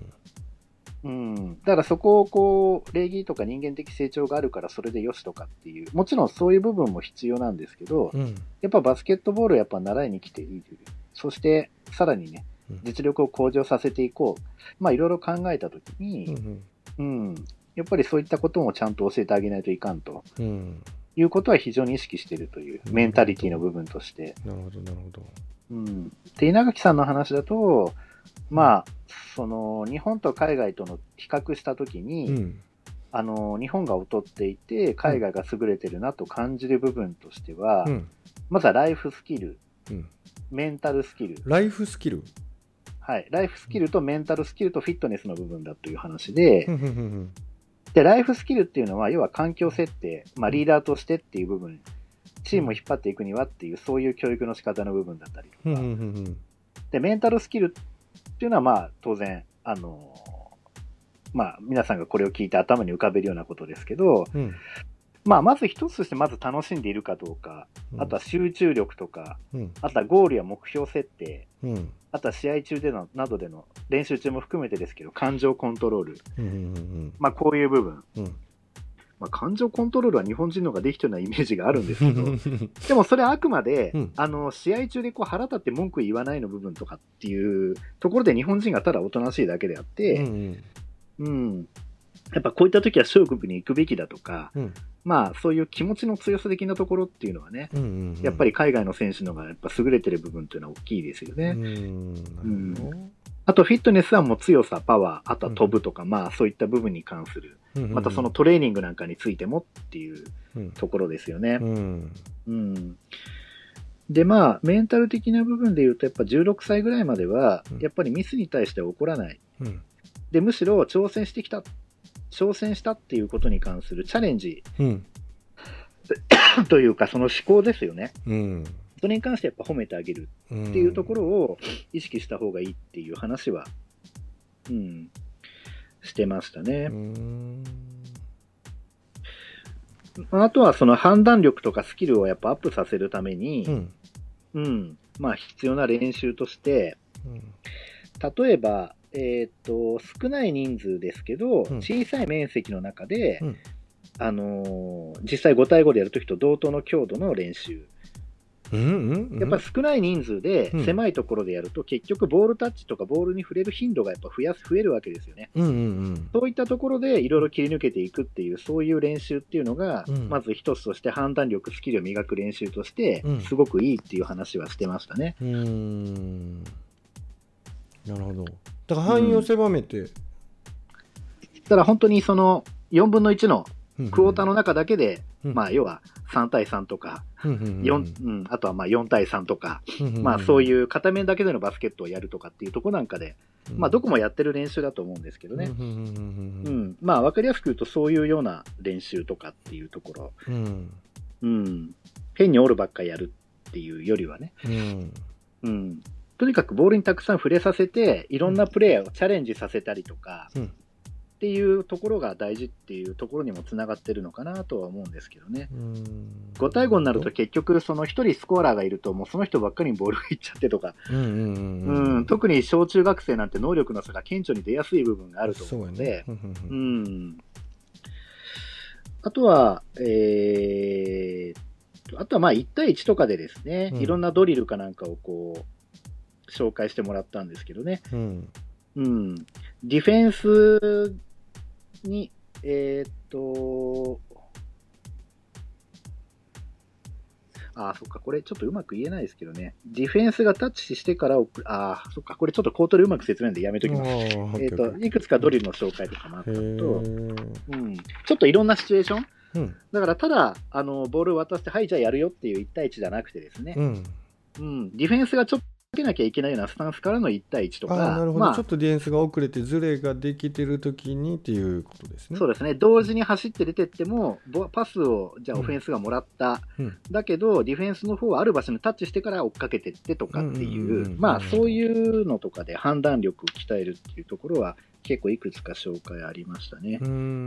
Speaker 3: だからそこをこう礼儀とか人間的成長があるからそれでよしとかっていう、もちろんそういう部分も必要なんですけど、やっぱバスケットボールをやっぱ習いに来ている。そしてさらにね、実力を向上させていこう。まあいろいろ考えたときに、やっぱりそういったこともちゃんと教えてあげないといかんと。いうことは非常に意識しているというメンタリティの部分として。
Speaker 2: なるほど、なるほど。
Speaker 3: で、稲垣さんの話だと、まあ、その日本と海外との比較したときに、日本が劣っていて、海外が優れてるなと感じる部分としては、まずはライフスキル、メンタルスキル。
Speaker 2: ライフスキル？
Speaker 3: はい。ライフスキルとメンタルスキルとフィットネスの部分だという話で、で、ライフスキルっていうのは、要は環境設定、まあ、リーダーとしてっていう部分、チームを引っ張っていくにはっていう、そういう教育の仕方の部分だったりとか、で、メンタルスキルっていうのは、まあ、当然、まあ、皆さんがこれを聞いて頭に浮かべるようなことですけど、まあ、まず一つとして、まず楽しんでいるかどうか、あとは集中力とか、あとはゴールや目標設定、あとは試合中でのなどでの練習中も含めてですけど、感情コントロール、まあ、こういう部分、まあ、感情コントロールは日本人の方ができてるようなイメージがあるんですけど、でもそれはあくまで、試合中でこう腹立って文句言わないの部分とかっていうところで日本人がただおとなしいだけであって、やっぱこういった時は勝負に行くべきだとか、まあそういう気持ちの強さ的なところっていうのはね、やっぱり海外の選手の方がやっぱ優れてる部分っていうのは大きいですよね。あとフィットネスはもう強さ、パワー、あとは飛ぶとか、まあそういった部分に関する、またそのトレーニングなんかについてもっていうところですよね。でまあメンタル的な部分で言うとやっぱ16歳ぐらいまではやっぱりミスに対して怒らない。でむしろ挑戦したっていうことに関するチャレンジ、というかその思考ですよね。それに関してやっぱ褒めてあげるっていうところを意識した方がいいっていう話は、してましたね。あとはその判断力とかスキルをやっぱアップさせるために、まあ必要な練習として、例えば、少ない人数ですけど、小さい面積の中で、実際5対5でやるときと同等の強度の練習。やっぱり少ない人数で狭いところでやると、結局ボールタッチとかボールに触れる頻度がやっぱ増えるわけですよね。そういったところでいろいろ切り抜けていくっていう、そういう練習っていうのが、まず一つとして判断力、スキルを磨く練習として、すごくいいっていう話はしてましたね。
Speaker 2: なるほど。だから範囲を狭めて。
Speaker 3: だから本当にその4分の1のクォーターの中だけで、まあ要は3対3とか、あとはまあ4対3とか、まあそういう片面だけでのバスケットをやるとかっていうところなんかで、まあどこもやってる練習だと思うんですけどね。まあわかりやすく言うとそういうような練習とかっていうところ、変にオールばっかりやるっていうよりはね、とにかくボールにたくさん触れさせて、いろんなプレーをチャレンジさせたりとか、 っていうところが大事っていうところにもつながってるのかなとは思うんですけどね。5対5になると結局その1人スコアラーがいるともうその人ばっかりにボールがいっちゃってとか、特に小中学生なんて能力の差が顕著に出やすい部分があると思うので、あとは、あとはまあ1対1とかでですね、いろんなドリルかなんかをこう紹介してもらったんですけどね。ディフェンスに、そっか、これちょっとうまく言えないですけどね。ディフェンスがタッチしてからそっか、これちょっと口頭でうまく説明なんでやめときます。いくつかドリルの紹介とかもあったのと、ちょっといろんなシチュエーション、だからただ、ボールを渡して、はい、じゃあやるよっていう1対1じゃなくてですね、ディフェンスがちょっとかけなきゃいけないようなスタンスからの1対1とか、
Speaker 2: なるほど、ちょっとディフェンスが遅れてズレができてるときにっていうことですね。
Speaker 3: そうですね、同時に走って出てってもパスをじゃあオフェンスがもらった、だけどディフェンスの方はある場所にタッチしてから追っかけてってとかっていう、そういうのとかで判断力を鍛えるっていうところは結構いくつか紹介ありましたね。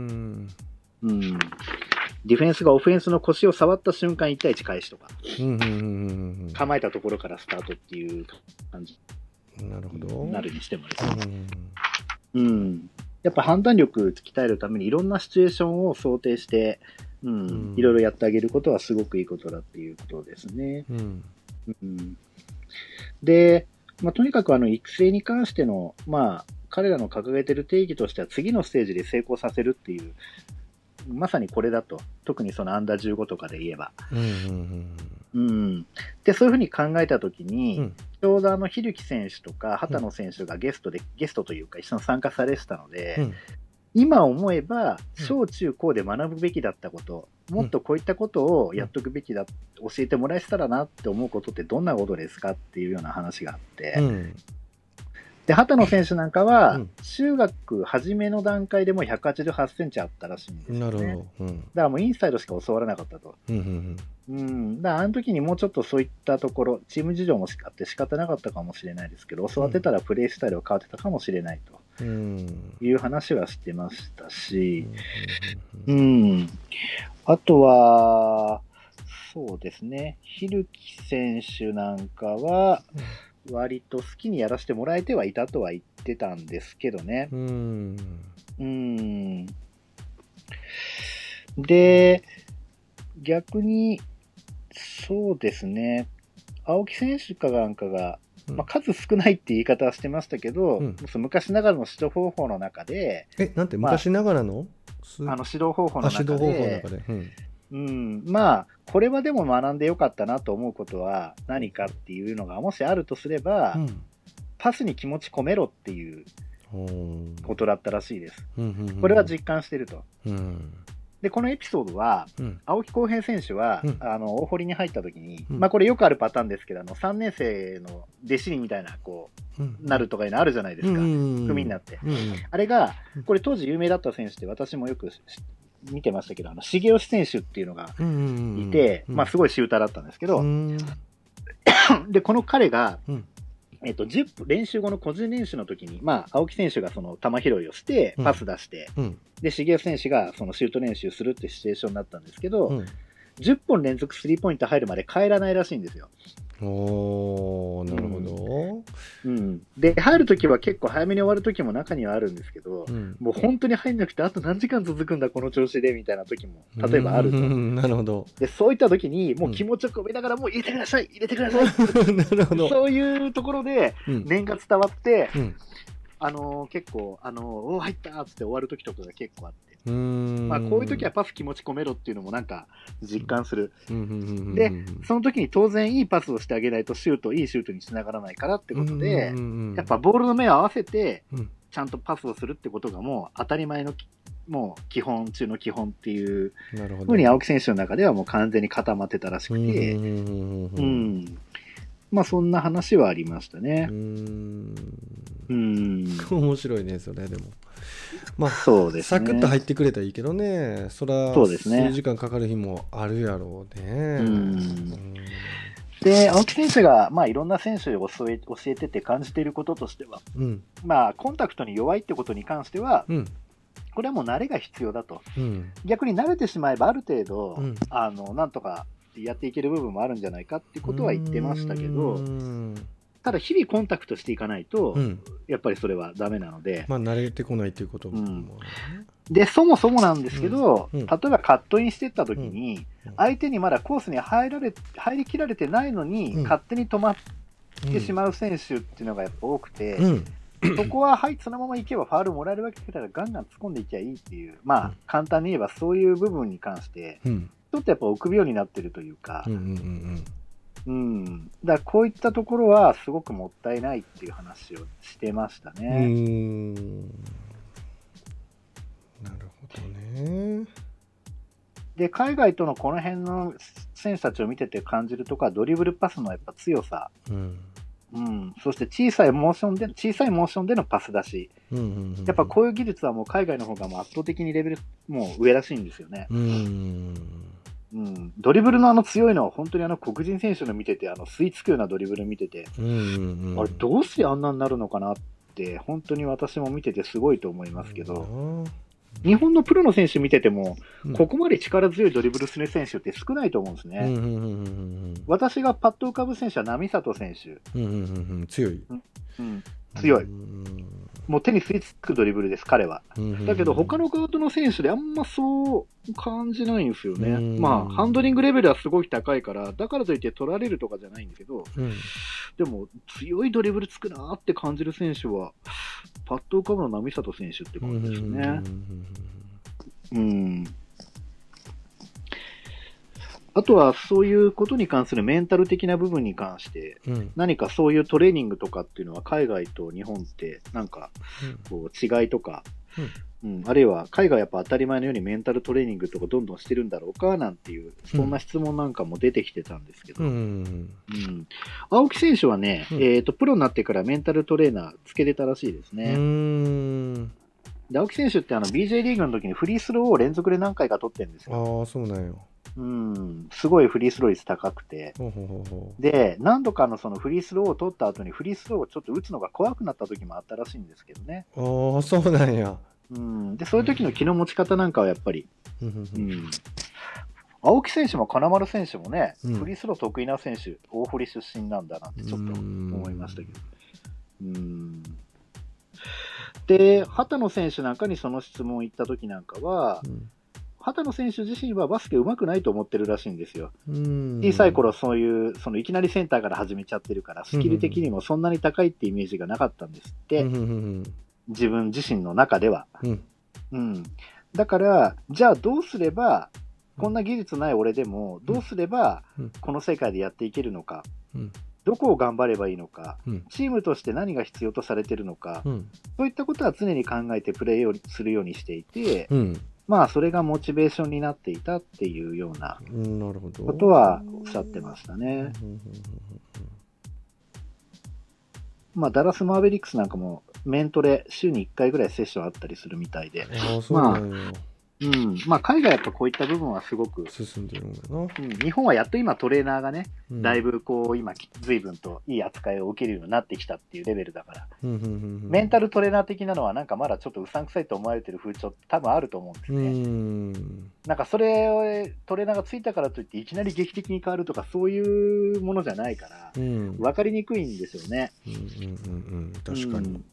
Speaker 3: ディフェンスがオフェンスの腰を触った瞬間1対1返しとか、構えたところからスタートっていう感じになるにしてもですね、やっぱ判断力鍛えるためにいろんなシチュエーションを想定して、いろいろやってあげることはすごくいいことだっていうことですね。で、とにかく育成に関しての、彼らの掲げてる定義としては次のステージで成功させるっていう、まさにこれだと。特にそのアンダー15とかで言えば。で、そういうふうに考えたときに、ちょうどひるき選手とか畑野選手がゲストというか一緒に参加されてたので、今思えば小中高で学ぶべきだったこと、もっとこういったことをやっとくべきだ、教えてもらえたらなって思うことってどんなことですかっていうような話があって、で、畑野選手なんかは、中学初めの段階でもう188センチあったらしいんですよね。だからもうインサイドしか教わらなかったと。だからあの時にもうちょっとそういったところ、チーム事情もあって仕方なかったかもしれないですけど、教わってたらプレースタイルが変わってたかもしれないという話はしてましたし、あとは、そうですね、ひるき選手なんかは、割と好きにやらせてもらえてはいたとは言ってたんですけどね。で、逆に、そうですね、青木選手かなんかが、数少ないって言い方はしてましたけど、昔ながらの指導方法の中で、
Speaker 2: なんて昔ながらの、
Speaker 3: 指導方法の中で、これはでも学んでよかったなと思うことは何かっていうのがもしあるとすれば、パスに気持ち込めろっていうことだったらしいです。これは実感してると。で、このエピソードは、青木康平選手は、大堀に入った時に、これよくあるパターンですけど、3年生の弟子みたいな、なるとかいうのあるじゃないですか。組になって。あれが、これ当時有名だった選手って私もよく見てましたけど、重吉選手っていうのがいて、すごいシューターだったんですけど、で、この彼が、10分、練習後の個人練習の時に、青木選手がその球拾いをして、パス出して、で、重吉選手がそのシュート練習するってシチュエーションになったんですけど、10本連続スリーポイント入るまで帰らないらしいんですよ。
Speaker 2: なるほど。
Speaker 3: で、入るときは結構早めに終わるときも中にはあるんですけど、もう本当に入んなくて、あと何時間続くんだ、この調子で、みたいなときも、例えばあると。
Speaker 2: なるほど。
Speaker 3: で、そういったときに、もう気持ちよく込めながら、もう入れてください、入れてください。
Speaker 2: なるほど。
Speaker 3: そういうところで、念が伝わって、結構、入ったって終わるときとかが結構あって。こういう時はパス気持ち込めろっていうのもなんか実感する。で、その時に当然いいパスをしてあげないといいシュートにつながらないからってことで、やっぱボールの目を合わせて、ちゃんとパスをするってことがもう当たり前の、もう基本中の基本っていうふうに青木選手の中ではもう完全に固まってたらしくて、そんな話はありましたね。
Speaker 2: 面白いね、それでも。
Speaker 3: そうですね。
Speaker 2: サクッと入ってくれたらいいけどね、そら数時間かかる日もあるやろうね。
Speaker 3: で、青木選手が、いろんな選手に教えてて感じていることとしては、コンタクトに弱いってことに関しては、 これはもう慣れが必要だと、
Speaker 2: うん、
Speaker 3: 逆に慣れてしまえばある程度、
Speaker 2: うん、
Speaker 3: なんとかやっていける部分もあるんじゃないかってことは言ってましたけど、ただ日々コンタクトしていかないと、うん、やっぱりそれはダメなので、
Speaker 2: まあ、慣れてこないということも、ね、
Speaker 3: でそもそもなんですけど、例えばカットインしていった時に、相手にまだコースに入りきられてないのに、勝手に止まってしまう選手っていうのがやっぱ多くて、そこはそのまま行けばファウルもらえるわけだからガンガン突っ込んでいきゃいいっていう、まあ簡単に言えばそういう部分に関して、ちょっとやっぱ臆病になってるというか、だからこういったところはすごくもったいないっていう話をしてましたね。
Speaker 2: なるほどね。
Speaker 3: で海外とのこの辺の選手たちを見てて感じるところはドリブルパスのやっぱ強さ、そして小さいモーションでのパス出し、やっぱこういう技術はもう海外の方がもう圧倒的にレベルもう上らしいんですよね。ドリブルの強いのは本当に黒人選手の見てて吸い付くようなドリブル見てて、あれどうしてあんなになるのかなって本当に私も見ててすごいと思いますけど、日本のプロの選手見てても、ここまで力強いドリブルする選手って少ないと思うんですね。私がパッと浮かぶ選手は並里選手、
Speaker 2: 強い、
Speaker 3: 強い、もう手に吸い付くドリブルです彼は。だけど他のガードの選手であんまそう感じないんですよね。まあハンドリングレベルはすごい高いから、だからといって取られるとかじゃないんだけど、でも強いドリブルつくなって感じる選手はパッと浮かぶの並里選手って感じですね。あとはそういうことに関するメンタル的な部分に関して、何かそういうトレーニングとかっていうのは海外と日本ってなんかこう違いとか、あるいは海外はやっぱ当たり前のようにメンタルトレーニングとかどんどんしてるんだろうかなんていう、そんな質問なんかも出てきてたんですけど、青木選手はね、プロになってからメンタルトレーナーつけてたらしいですね。で青木選手って BJ リーグの時にフリースローを連続で何回か取ってるんですよ。
Speaker 2: そうなんよ。
Speaker 3: すごいフリースロー率高くて、で何度かのそのフリースローを取った後にフリースローをちょっと打つのが怖くなった時もあったらしいんですけどね。
Speaker 2: そうなんや。
Speaker 3: でそういう時の気の持ち方なんかはやっぱり、青木選手も金丸選手もね、フリースロー得意な選手、大堀出身なんだなってちょっと思いましたけど、で畑野選手なんかにその質問を言った時なんかは、畑野選手自身はバスケ上手くないと思ってるらしいんですよ。小さい頃そういういきなりセンターから始めちゃってるから、スキル的にもそんなに高いってイメージがなかったんですって、自分自身の中では。だからじゃあどうすれば、こんな技術ない俺でもどうすればこの世界でやっていけるのか、どこを頑張ればいいのか、チームとして何が必要とされているのか、そういったことは常に考えてプレーをするようにしていて、まあそれがモチベーションになっていたっていうようなことはおっしゃってましたね。まあダラスマーベリックスなんかもメントレ週に1回ぐらいセッションあったりするみたいで、まあ海外やっぱこういった部分はすごく
Speaker 2: 進んでるんだな。
Speaker 3: 日本はやっと今トレーナーがね、だいぶこう今随分といい扱いを受けるようになってきたっていうレベルだから、メンタルトレーナー的なのはなんかまだちょっとうさんくさいと思われてる風潮多分あると思うんですね。なんかそれをトレーナーがついたからといっていきなり劇的に変わるとかそういうものじゃないから、分かりにくいんですよね。
Speaker 2: 確かに。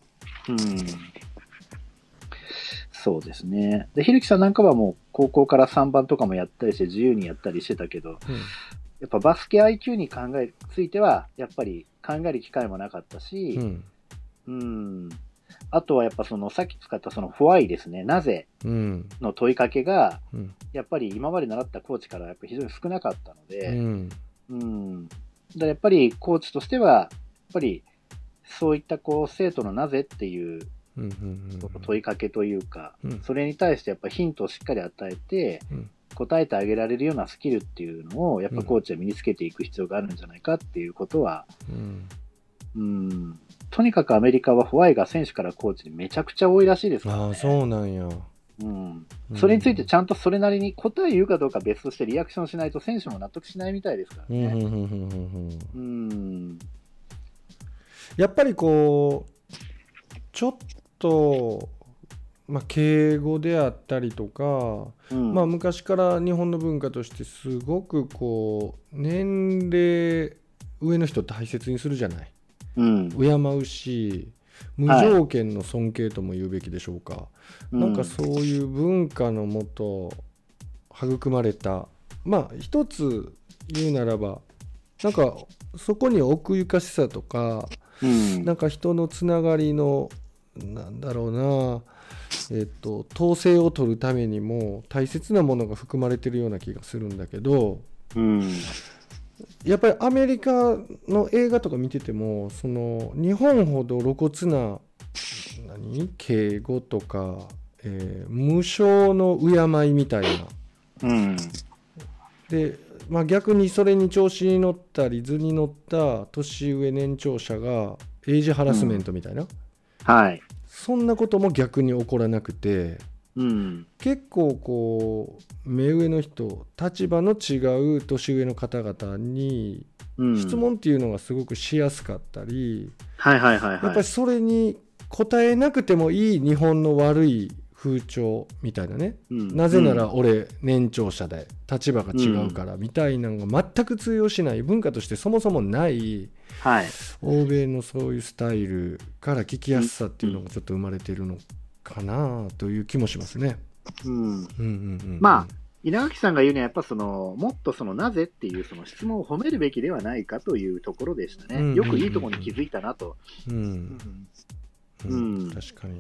Speaker 3: そうですね。で、ひるきさんなんかはもう高校から3番とかもやったりして自由にやったりしてたけど、やっぱバスケ IQ についてはやっぱり考える機会もなかったし、あとはやっぱさっき使ったwhy ですね、なぜの問いかけが、やっぱり今まで習ったコーチからやっぱり非常に少なかったので、だやっぱりコーチとしてはやっぱりそういった生徒のなぜっていう問いかけというか、それに対してやっぱヒントをしっかり与えて、答えてあげられるようなスキルっていうのをやっぱコーチは身につけていく必要があるんじゃないかっていうことは、とにかくアメリカはホワイが選手からコーチにめちゃくちゃ多いらしいですからね。
Speaker 2: そうなんや。
Speaker 3: それについてちゃんとそれなりに答え言うかどうか別としてリアクションしないと選手も納得しないみたいですからね。や
Speaker 2: っぱりちょっと敬語であったりとか、昔から日本の文化としてすごくこう年齢上の人を大切にするじゃない、敬うし無条件の尊敬とも言うべきでしょうか、なんかそういう文化のもと育まれた、一つ言うならばなんかそこに奥ゆかしさとか、なんか人のつながりのなんだろうな、統制を取るためにも大切なものが含まれてるような気がするんだけど、やっぱりアメリカの映画とか見ててもその日本ほど露骨な敬語とか、無償の敬いみたいな、で、逆にそれに調子に乗ったり図に乗った年上年長者がエイジハラスメントみたいな、そんなことも逆に起こらなくて、結構こう目上の人立場の違う年上の方々に質問っていうのがすごくしやすかったり、やっぱりそれに答えなくてもいい日本の悪い風潮みたいなね、なぜなら俺年長者で立場が違うからみたいなのが全く通用しない文化としてそもそもない、欧米のそういうスタイルから聞きやすさっていうのがちょっと生まれてるのかなという気もしますね。
Speaker 3: 稲垣さんが言うにはやっぱもっとなぜっていうその質問を褒めるべきではないかというところでしたね。よくいいところに気づいたなと。
Speaker 2: 確かに。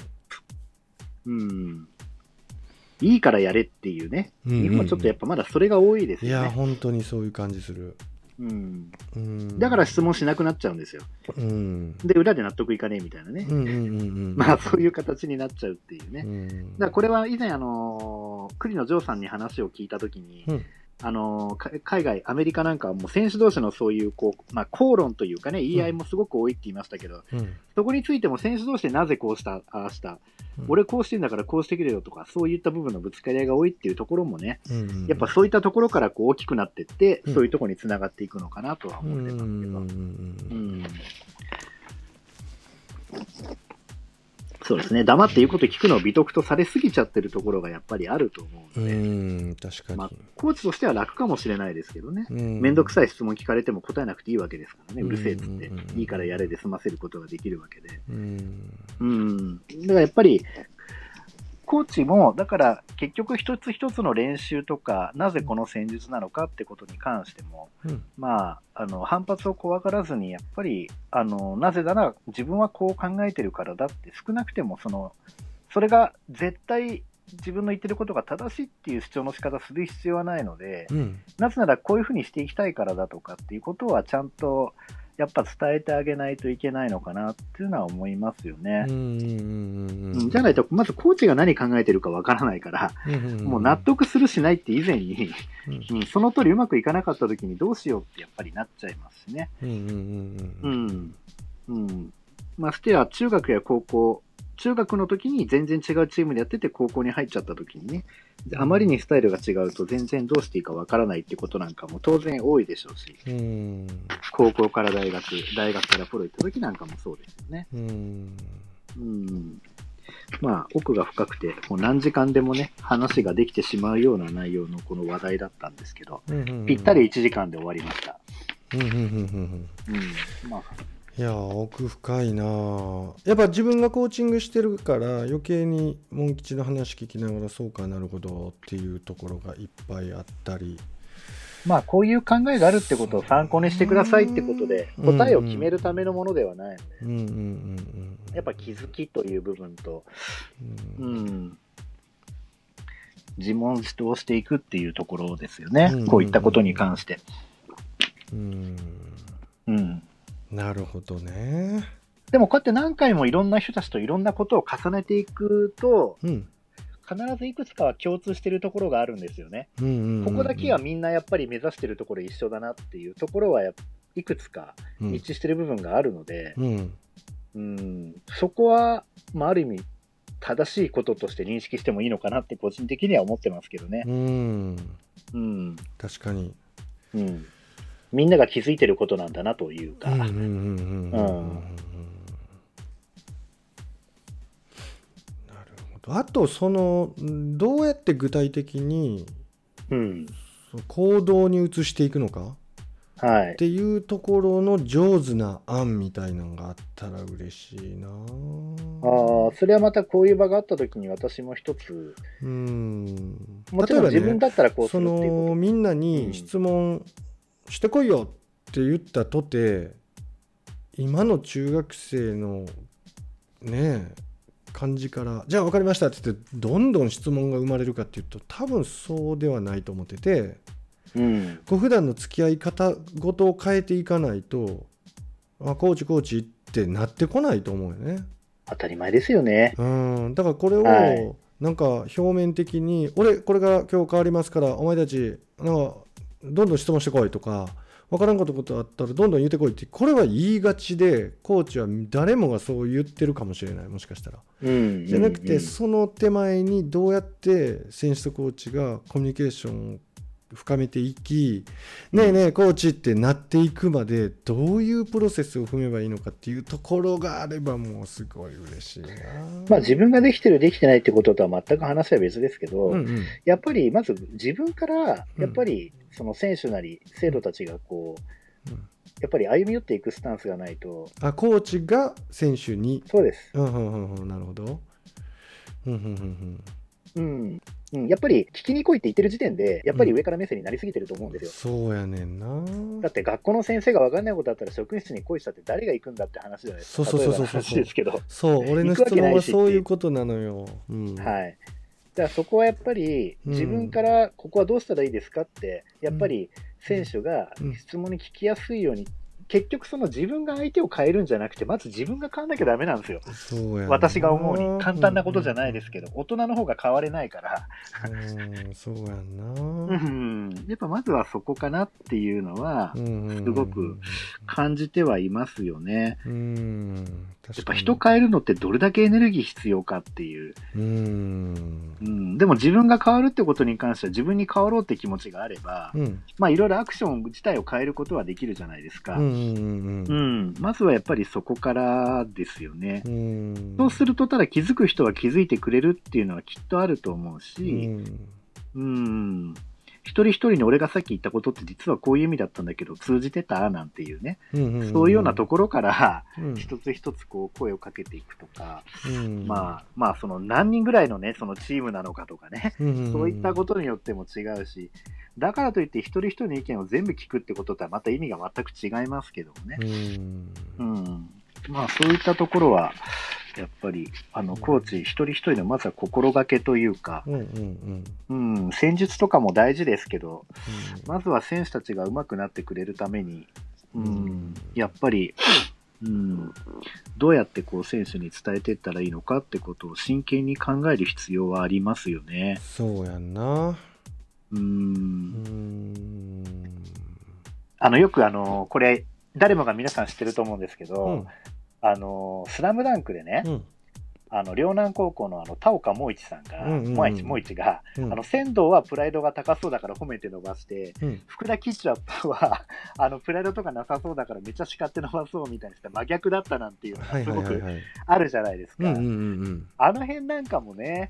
Speaker 3: いいからやれっていうね、今ちょっとやっぱまだそれが多いですよね。
Speaker 2: いや本当にそういう感じする。
Speaker 3: だから質問しなくなっちゃうんですよ。で裏で納得いかねえみたいなね、そういう形になっちゃうっていうね。だからこれは以前栗野城さんに話を聞いたときに、海外アメリカなんかはもう選手同士のそういう口論というかね言い合いもすごく多いって言いましたけど、そこについても選手同士でなぜこうしたああした、俺こうしてんだからこうしてくれよとかそういった部分のぶつかり合いが多いっていうところもね、やっぱそういったところからこう大きくなっていって、そういうところにつながっていくのかなとは思ってますけど、そうですね、黙って言うこと聞くのを美徳とされすぎちゃってるところがやっぱりあると思うので、
Speaker 2: 確かに、
Speaker 3: コーチとしては楽かもしれないですけどね、めんどくさい質問聞かれても答えなくていいわけですからね、うるせえっつっていいからやれで済ませることができるわけで、だからやっぱりコーチもだから結局一つ一つの練習とかなぜこの戦術なのかってことに関しても、反発を怖がらずにやっぱりなぜなら自分はこう考えてるからだって少なくてもそれが絶対自分の言ってることが正しいっていう主張の仕方する必要はないので、なぜならこういうふうにしていきたいからだとかっていうことはちゃんとやっぱ伝えてあげないといけないのかなっていうのは思いますよね。じゃないとまずコーチが何考えてるかわからないから、もう納得するしないって以前に、その通りうまくいかなかった時にどうしようってやっぱりなっちゃいますしね。ましてや中学や高校、中学の時に全然違うチームでやってて高校に入っちゃった時にね、あまりにスタイルが違うと全然どうしていいかわからないってことなんかも当然多いでしょうし、高校から大学からプロ行った時なんかもそうですよね。奥が深くてもう何時間でもね話ができてしまうような内容のこの話題だったんですけど、ぴったり1時間で終わりました。
Speaker 2: いや奥深いな。やっぱ自分がコーチングしてるから余計にモン吉の話聞きながらそうかなるほどっていうところがいっぱいあったり、
Speaker 3: こういう考えがあるってことを参考にしてくださいってことで答えを決めるためのものではないので、やっぱ気づきという部分と、自問自答していくっていうところですよね、こういったことに関して。
Speaker 2: なるほどね。
Speaker 3: でもこうやって何回もいろんな人たちといろんなことを重ねていくと、必ずいくつかは共通しているところがあるんですよね。ここだけはみんなやっぱり目指しているところ一緒だなっていうところはいくつか一致している部分があるので、そこは、ある意味正しいこととして認識してもいいのかなって個人的には思ってますけどね。
Speaker 2: 確かに。
Speaker 3: みんなが気づいてることなんだなというか。なる
Speaker 2: ほど。あとどうやって具体的に行動に移していくのか、はい、っていうところの上手な案みたいなのがあったら嬉しいな。
Speaker 3: それはまたこういう場があった時に私も一つ、もちろん自分だったらこうするっていうこと、
Speaker 2: みんなに質問してこいよって言ったとて、今の中学生のね感じからじゃあ分かりましたって言ってどんどん質問が生まれるかっていうと、多分そうではないと思ってて、こう普段の付き合い方ごとを変えていかないと、コーチってなってこないと思うよね。
Speaker 3: 当たり前ですよね。
Speaker 2: だからこれをなんか表面的に、俺これが今日変わりますからお前たちなんかどんどん質問してこいとか、分からんことあったらどんどん言ってこいって、これは言いがちで、コーチは誰もがそう言ってるかもしれない、もしかしたら、じゃなくて、その手前にどうやって選手とコーチがコミュニケーションを深めていき、ねえねえコーチってなっていくまでどういうプロセスを踏めばいいのかっていうところがあれば、もうすごい嬉しいな。
Speaker 3: 自分ができてるできてないってこととは全く話は別ですけど、やっぱりまず自分からやっぱりその選手なり生徒たちがこう、やっぱり歩み寄っていくスタンスがないと。
Speaker 2: コーチが選手に。
Speaker 3: そうです。
Speaker 2: なるほど。
Speaker 3: やっぱり聞きに来いって言ってる時点で、やっぱり上から目線になりすぎてると思うんですよ。
Speaker 2: そうやねんな。
Speaker 3: だって学校の先生が分かんないことだったら職員室に来いしたって誰が行くんだって話じゃないですか。話ですけど。
Speaker 2: 俺の質問はそういうことなのよ。
Speaker 3: はい。だからそこはやっぱり自分からここはどうしたらいいですかって、やっぱり選手が質問に聞きやすいように、結局その自分が相手を変えるんじゃなくて、まず自分が変わんなきゃダメなんですよ。私が思うに簡単なことじゃないですけど、大人の方が変われないから
Speaker 2: そうやん
Speaker 3: な。やっぱまずはそこかなっていうのはすごく感じてはいますよね。やっぱ人変えるのってどれだけエネルギー必要かっていう。でも自分が変わるってことに関しては自分に変わろうって気持ちがあれば、いろいろアクション自体を変えることはできるじゃないですか。まずはやっぱりそこからですよね。そうすると、ただ気づく人は気づいてくれるっていうのはきっとあると思うし、一人一人に俺がさっき言ったことって実はこういう意味だったんだけど通じてたなんていうね、そういうようなところから一つ一つこう声をかけていくとか、その何人ぐらいのねそのチームなのかとかね、そういったことによっても違うし、だからといって一人一人の意見を全部聞くってこととはまた意味が全く違いますけどもね。そういったところはやっぱりコーチ一人一人のまずは心がけというか、戦術とかも大事ですけど、まずは選手たちが上手くなってくれるために、やっぱり、どうやってこう選手に伝えていったらいいのかってことを真剣に考える必要はありますよね。
Speaker 2: そうやんな。
Speaker 3: よくこれ誰もが皆さん知ってると思うんですけど、スラムダンクでね、陵南高校の田岡萌一さんが、萌一が、仙道はプライドが高そうだから褒めて伸ばして、福田キッチャーはプライドとかなさそうだからめっちゃ叱って伸ばそうみたいにして真逆だったなんていうのがすごくあるじゃないですか。あの辺なんかもね、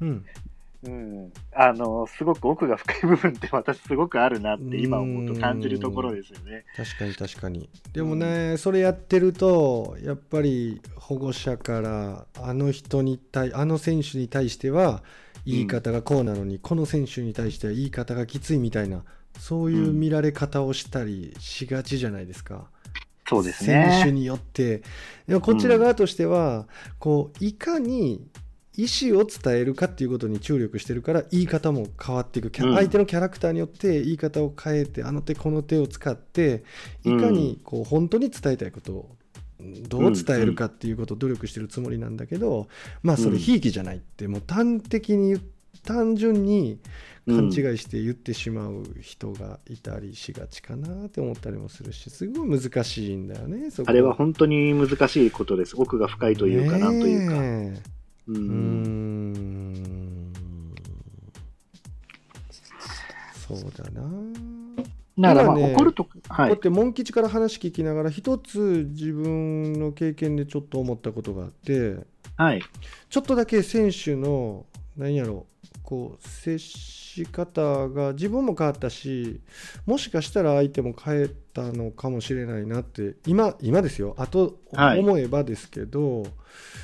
Speaker 3: すごく奥が深い部分って私すごくあるなって今思うと感じるところですよね。
Speaker 2: 確かに。でもね、それやってるとやっぱり保護者からあの選手に対しては言い方がこうなのに、この選手に対しては言い方がきついみたいな、そういう見られ方をしたりしがちじゃないですか。
Speaker 3: そうですね。
Speaker 2: 選手によって。でもこちら側としては、こういかに意思を伝えるかっていうことに注力してるから、言い方も変わっていく、相手のキャラクターによって言い方を変えて、あの手この手を使っていかにこう本当に伝えたいことをどう伝えるかっていうことを努力してるつもりなんだけど、それひいきじゃないって、もう単純に勘違いして言ってしまう人がいたりしがちかなって思ったりもするし、すごい難しいんだよね。
Speaker 3: あれは本当に難しいことです。奥が深いというかなんというか、
Speaker 2: そうだな。
Speaker 3: だから怒ると、
Speaker 2: こうやってモン吉から話聞きながら一つ自分の経験でちょっと思ったことがあって、ちょっとだけ選手の何やろこう接し方が自分も変わったし、もしかしたら相手も変えたのかもしれないなって今ですよ、あと思えばですけど、はい、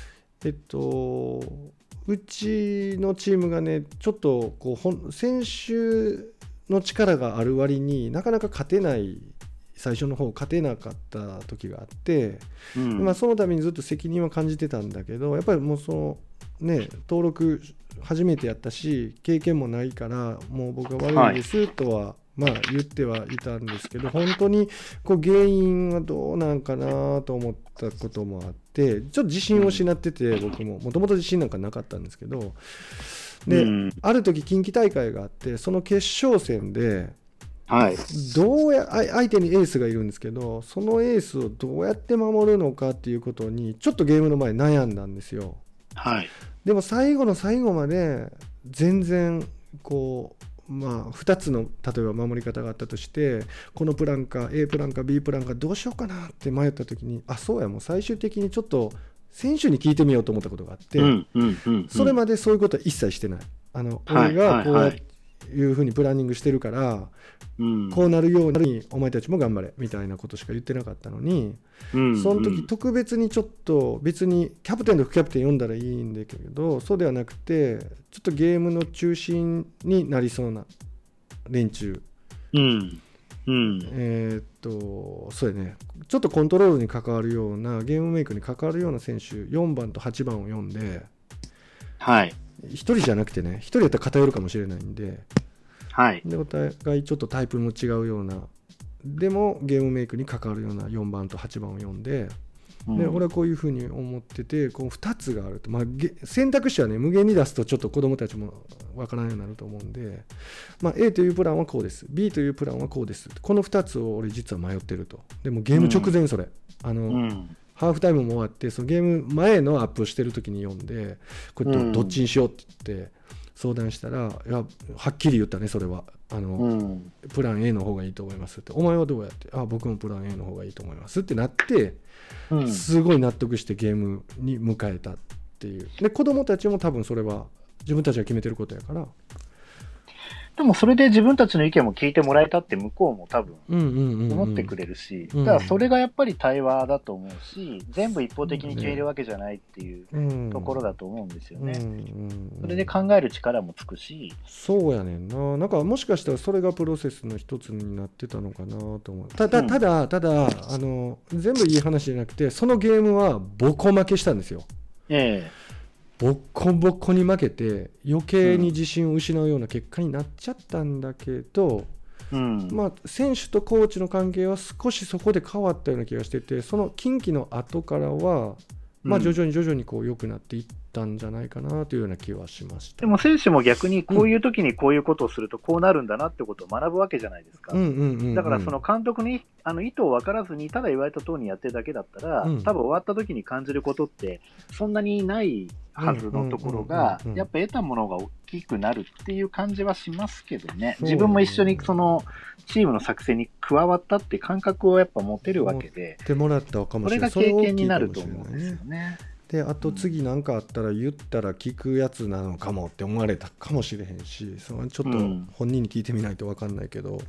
Speaker 2: うちのチームがねちょっとこう選手の力がある割になかなか勝てない、最初の方勝てなかった時があって、まあ、そのためにずっと責任は感じてたんだけど、やっぱりもうそのね登録初めてやったし経験もないからもう僕は悪いですとは、まあ言ってはいたんですけど、本当にこう原因はどうなんかなと思ったこともあって、ちょっと自信を失ってて、僕ももともと自信なんかなかったんですけど、で、ある時近畿大会があって、その決勝戦で相手にエースがいるんですけど、そのエースをどうやって守るのかっていうことにちょっとゲームの前悩んだんですよ。
Speaker 3: はい、
Speaker 2: でも最後の最後まで全然こう、まあ、2つの例えば守り方があったとして、このプランか A プランか B プランかどうしようかなって迷った時に、そうや、もう最終的にちょっと選手に聞いてみようと思ったことがあって、それまでそういうことは一切してない。俺がこういうふうにプランニングしてるから、こうなるようにお前たちも頑張れみたいなことしか言ってなかったのに、その時特別にちょっと別にキャプテンと副キャプテン読んだらいいんだけど、そうではなくてちょっとゲームの中心になりそうな連中、そうやね、ちょっとコントロールに関わるような、ゲームメイクに関わるような選手4番と8番を読んで、はい、1人じゃなくてね、1人やったら偏るかもしれないんで、はい、でお互いちょっとタイプも違うような、でもゲームメイクに関わるような4番と8番を読んで、で俺はこういうふうに思ってて、この2つがあると、まあ、選択肢はね無限に出すとちょっと子どもたちもわからないようになると思うんで、まあ、A というプランはこうです、 B というプランはこうです、この2つを俺実は迷ってると。でもゲーム直前それ、ハーフタイムも終わって、そのゲーム前のアップをしてる時に読んで、これどっちにしようって言って相談したら、いやはっきり言ったね、それはプラン A の方がいいと思いますって。お前はどうやって、僕もプラン A の方がいいと思いますってなって、すごい納得してゲームに迎えたっていう。で子供たちも多分それは自分たちが決めてることやから。
Speaker 3: でもそれで自分たちの意見も聞いてもらえたって向こうも多分思ってくれるし、だからそれがやっぱり対話だと思うし、全部一方的に決めるわけじゃないっていうところだと思うんですよね。それで考える力もつくし。
Speaker 2: そうやねんな。なんかもしかしたらそれがプロセスの一つになってたのかなと思う。ただ全部いい話じゃなくて、そのゲームはボコ負けしたんですよ。ボッコボコに負けて余計に自信を失うような結果になっちゃったんだけど、まあ、選手とコーチの関係は少しそこで変わったような気がしてて、その近畿の後からは、まあ、徐々にこう良くなっていったんじゃないかなというような気はしました。
Speaker 3: でも選手も逆にこういう時にこういうことをするとこうなるんだなってことを学ぶわけじゃないですか。だからその監督に意図を分からずにただ言われた通りにやってるだけだったら、多分終わった時に感じることってそんなにないはずのところが、やっぱ得たものが大きくなるっていう感じはしますけどね。自分も一緒にそのチームの作戦に加わったって感覚をやっぱ持てるわけで、
Speaker 2: 持ってもらったかもしれない。
Speaker 3: それが経験になると思うんですよね。
Speaker 2: であと次何かあったら言ったら聞くやつなのかもって思われたかもしれへんし、そのちょっと本人に聞いてみないと分かんないけど、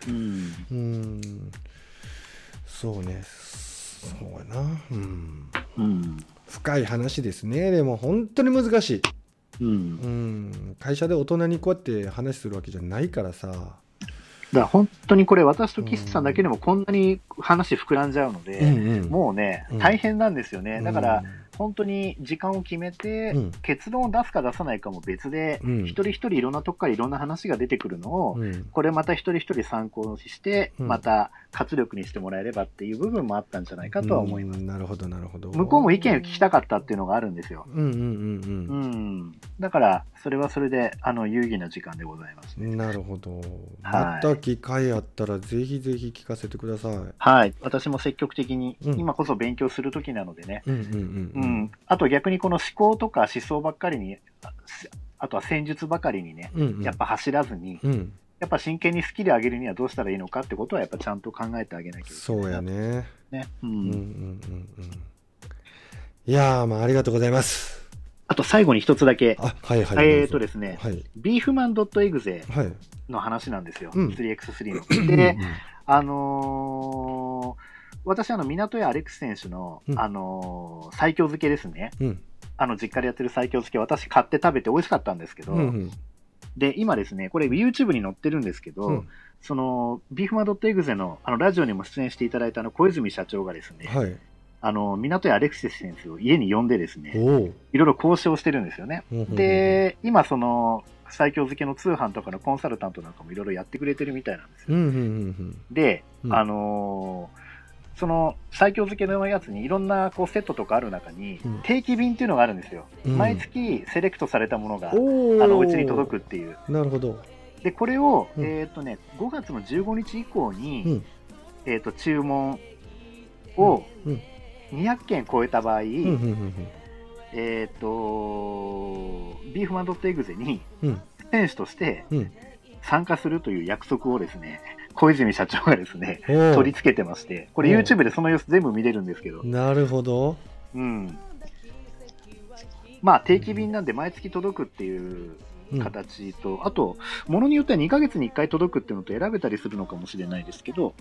Speaker 2: そうね、そうやな、深い話ですね。でも本当に難しい、会社で大人にこうやって話するわけじゃないからさ。
Speaker 3: だから本当にこれ私と岸さんだけでもこんなに話膨らんじゃうので、もうね大変なんですよね。だから本当に時間を決めて、結論を出すか出さないかも別で、一人一人いろんなとこからいろんな話が出てくるのを、これまた一人一人参考にして、また活力にしてもらえればっていう部分もあったんじゃないかとは思います。
Speaker 2: なるほどなるほど。
Speaker 3: 向こうも意見を聞きたかったっていうのがあるんですよ。だからそれはそれで有意義な時間でございますね。
Speaker 2: なるほど。また機会あったらぜひぜひ聞かせてください。
Speaker 3: はい、私も積極的に、今こそ勉強する時なのでね。あと逆にこの思考とか思想ばっかりに、あとは戦術ばかりにね、やっぱ走らずに、やっぱ真剣にスキル上げるにはどうしたらいいのかってことはやっぱちゃんと考えてあげなきゃいけない。
Speaker 2: そうやね。いやー、まあありがとうございます。
Speaker 3: あと最後に一つだけ、
Speaker 2: です
Speaker 3: ね、ビーフマン .exe の話なんですよ、3x3 の。で、私、港屋アレックス選手の、西京漬けですね、実家でやってる西京漬け、私、買って食べて美味しかったんですけど、で今ですね、これ、YouTube に載ってるんですけど、そのビーフマン .exe のラジオにも出演していただいた小泉社長がですね、港屋アレクシス選手を家に呼んでですね、いろいろ交渉してるんですよね。で、今、その西京漬けの通販とかのコンサルタントなんかもいろいろやってくれてるみたいなんですよ。で、その西京漬けのやつにいろんなセットとかある中に、定期便っていうのがあるんですよ。毎月セレクトされたものがお家に届くっていう。
Speaker 2: なるほど。
Speaker 3: で、これを、5月の15日以降に、注文を、200件超えた場合、ビーフマン.exe に選手として参加するという約束をですね、小泉社長がですね、取り付けてまして、これ YouTube でその様子全部見れるんですけど。
Speaker 2: なるほど。
Speaker 3: まあ定期便なんで毎月届くっていう形と、あと、ものによっては2ヶ月に1回届くっていうのと選べたりするのかもしれないですけど、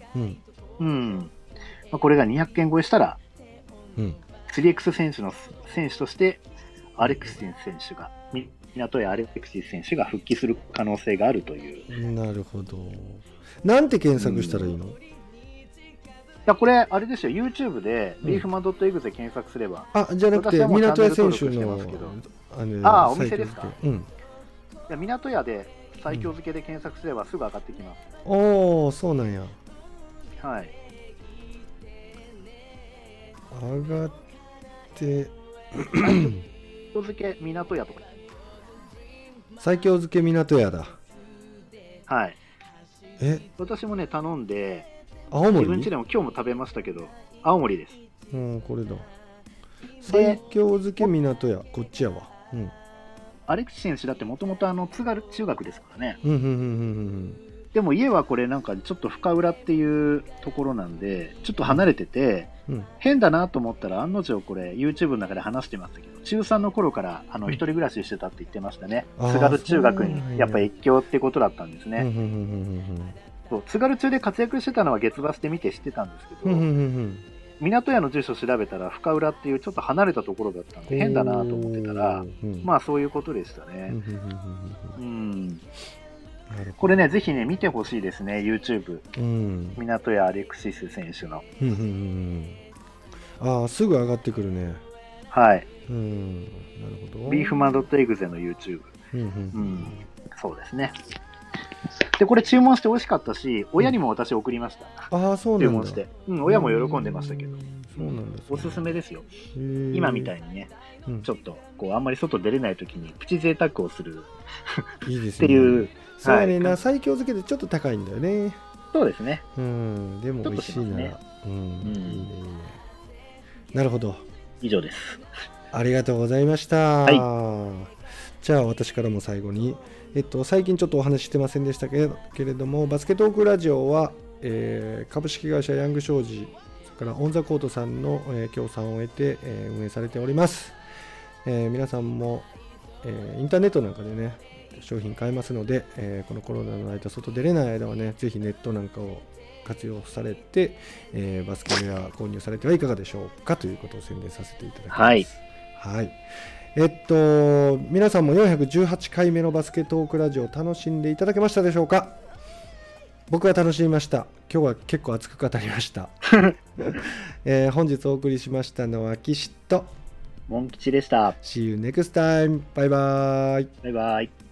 Speaker 3: これが200件超えしたら、3X 選手としてアレクシス選手が、港屋アレクシス選手が復帰する可能性があるという。
Speaker 2: なるほど。なんて検索したらいいの？
Speaker 3: いや、これあれですよ、YouTube でビーフマン.exe で検索すれば。
Speaker 2: じゃなくて港屋選手の
Speaker 3: お店ですか？いや、港屋で西京漬けで検索すればすぐ上がってきます。
Speaker 2: そうなんや。
Speaker 3: はい。
Speaker 2: 上がって
Speaker 3: 西京漬け港屋とか。
Speaker 2: 西京漬け港屋だ。
Speaker 3: はい。私もね頼んで、
Speaker 2: 青森？
Speaker 3: 自分家でも今日も食べましたけど、青森です。
Speaker 2: これだ。西京漬け港屋、こっちやわ。
Speaker 3: アレクシ選手だってもともと津軽中学ですからね。でも家はこれなんかちょっと深浦っていうところなんで、ちょっと離れてて、変だなと思ったら案の定これ YouTube の中で話してましたけど、中3の頃から一人暮らししてたって言ってましたね。津軽中学にやっぱ越境ってことだったんですね。津軽中で活躍してたのは月バスで見て知ってたんですけど、港屋の住所調べたら深浦っていうちょっと離れたところだったんで変だなと思ってたら、まあそういうことでしたね。これね、ぜひね見てほしいですね、 YouTube。港屋アレクシス選手の。
Speaker 2: すぐ上がってくるね。
Speaker 3: はい。
Speaker 2: なるほど。
Speaker 3: ビーフマン.exe の YouTube。そうですね。で、これ注文して美味しかったし、親にも私送りました。
Speaker 2: そうなんだ。
Speaker 3: 注文して。親も喜んでましたけど。おすすめですよ。今みたいにね、ちょっとあんまり外出れない時にプチ贅沢をする
Speaker 2: いいですね。
Speaker 3: っていう。
Speaker 2: そうやねんな、西京漬けでちょっと高いんだよね。
Speaker 3: そうですね。
Speaker 2: でも美味しいなら、いいね。なるほど。
Speaker 3: 以上です。
Speaker 2: ありがとうございました。じゃあ私からも最後に、最近ちょっとお話ししてませんでしたけれども、バスケトークラジオは、株式会社ヤング商事、それからオンザコートさんの、協賛を得て、運営されております。皆さんも、インターネットなんかでね商品買えますので、このコロナの間外出れない間はね、ぜひネットなんかを活用されて、バスケウェア購入されてはいかがでしょうかということを宣伝させていただきます。はい。皆さんも418回目のバスケトークラジオ楽しんでいただけましたでしょうか。僕は楽しみました。今日は結構熱く語りました。本日お送りしましたのは岸と
Speaker 3: モン吉でした。
Speaker 2: See you next time. バイバイ。
Speaker 3: バイバイ。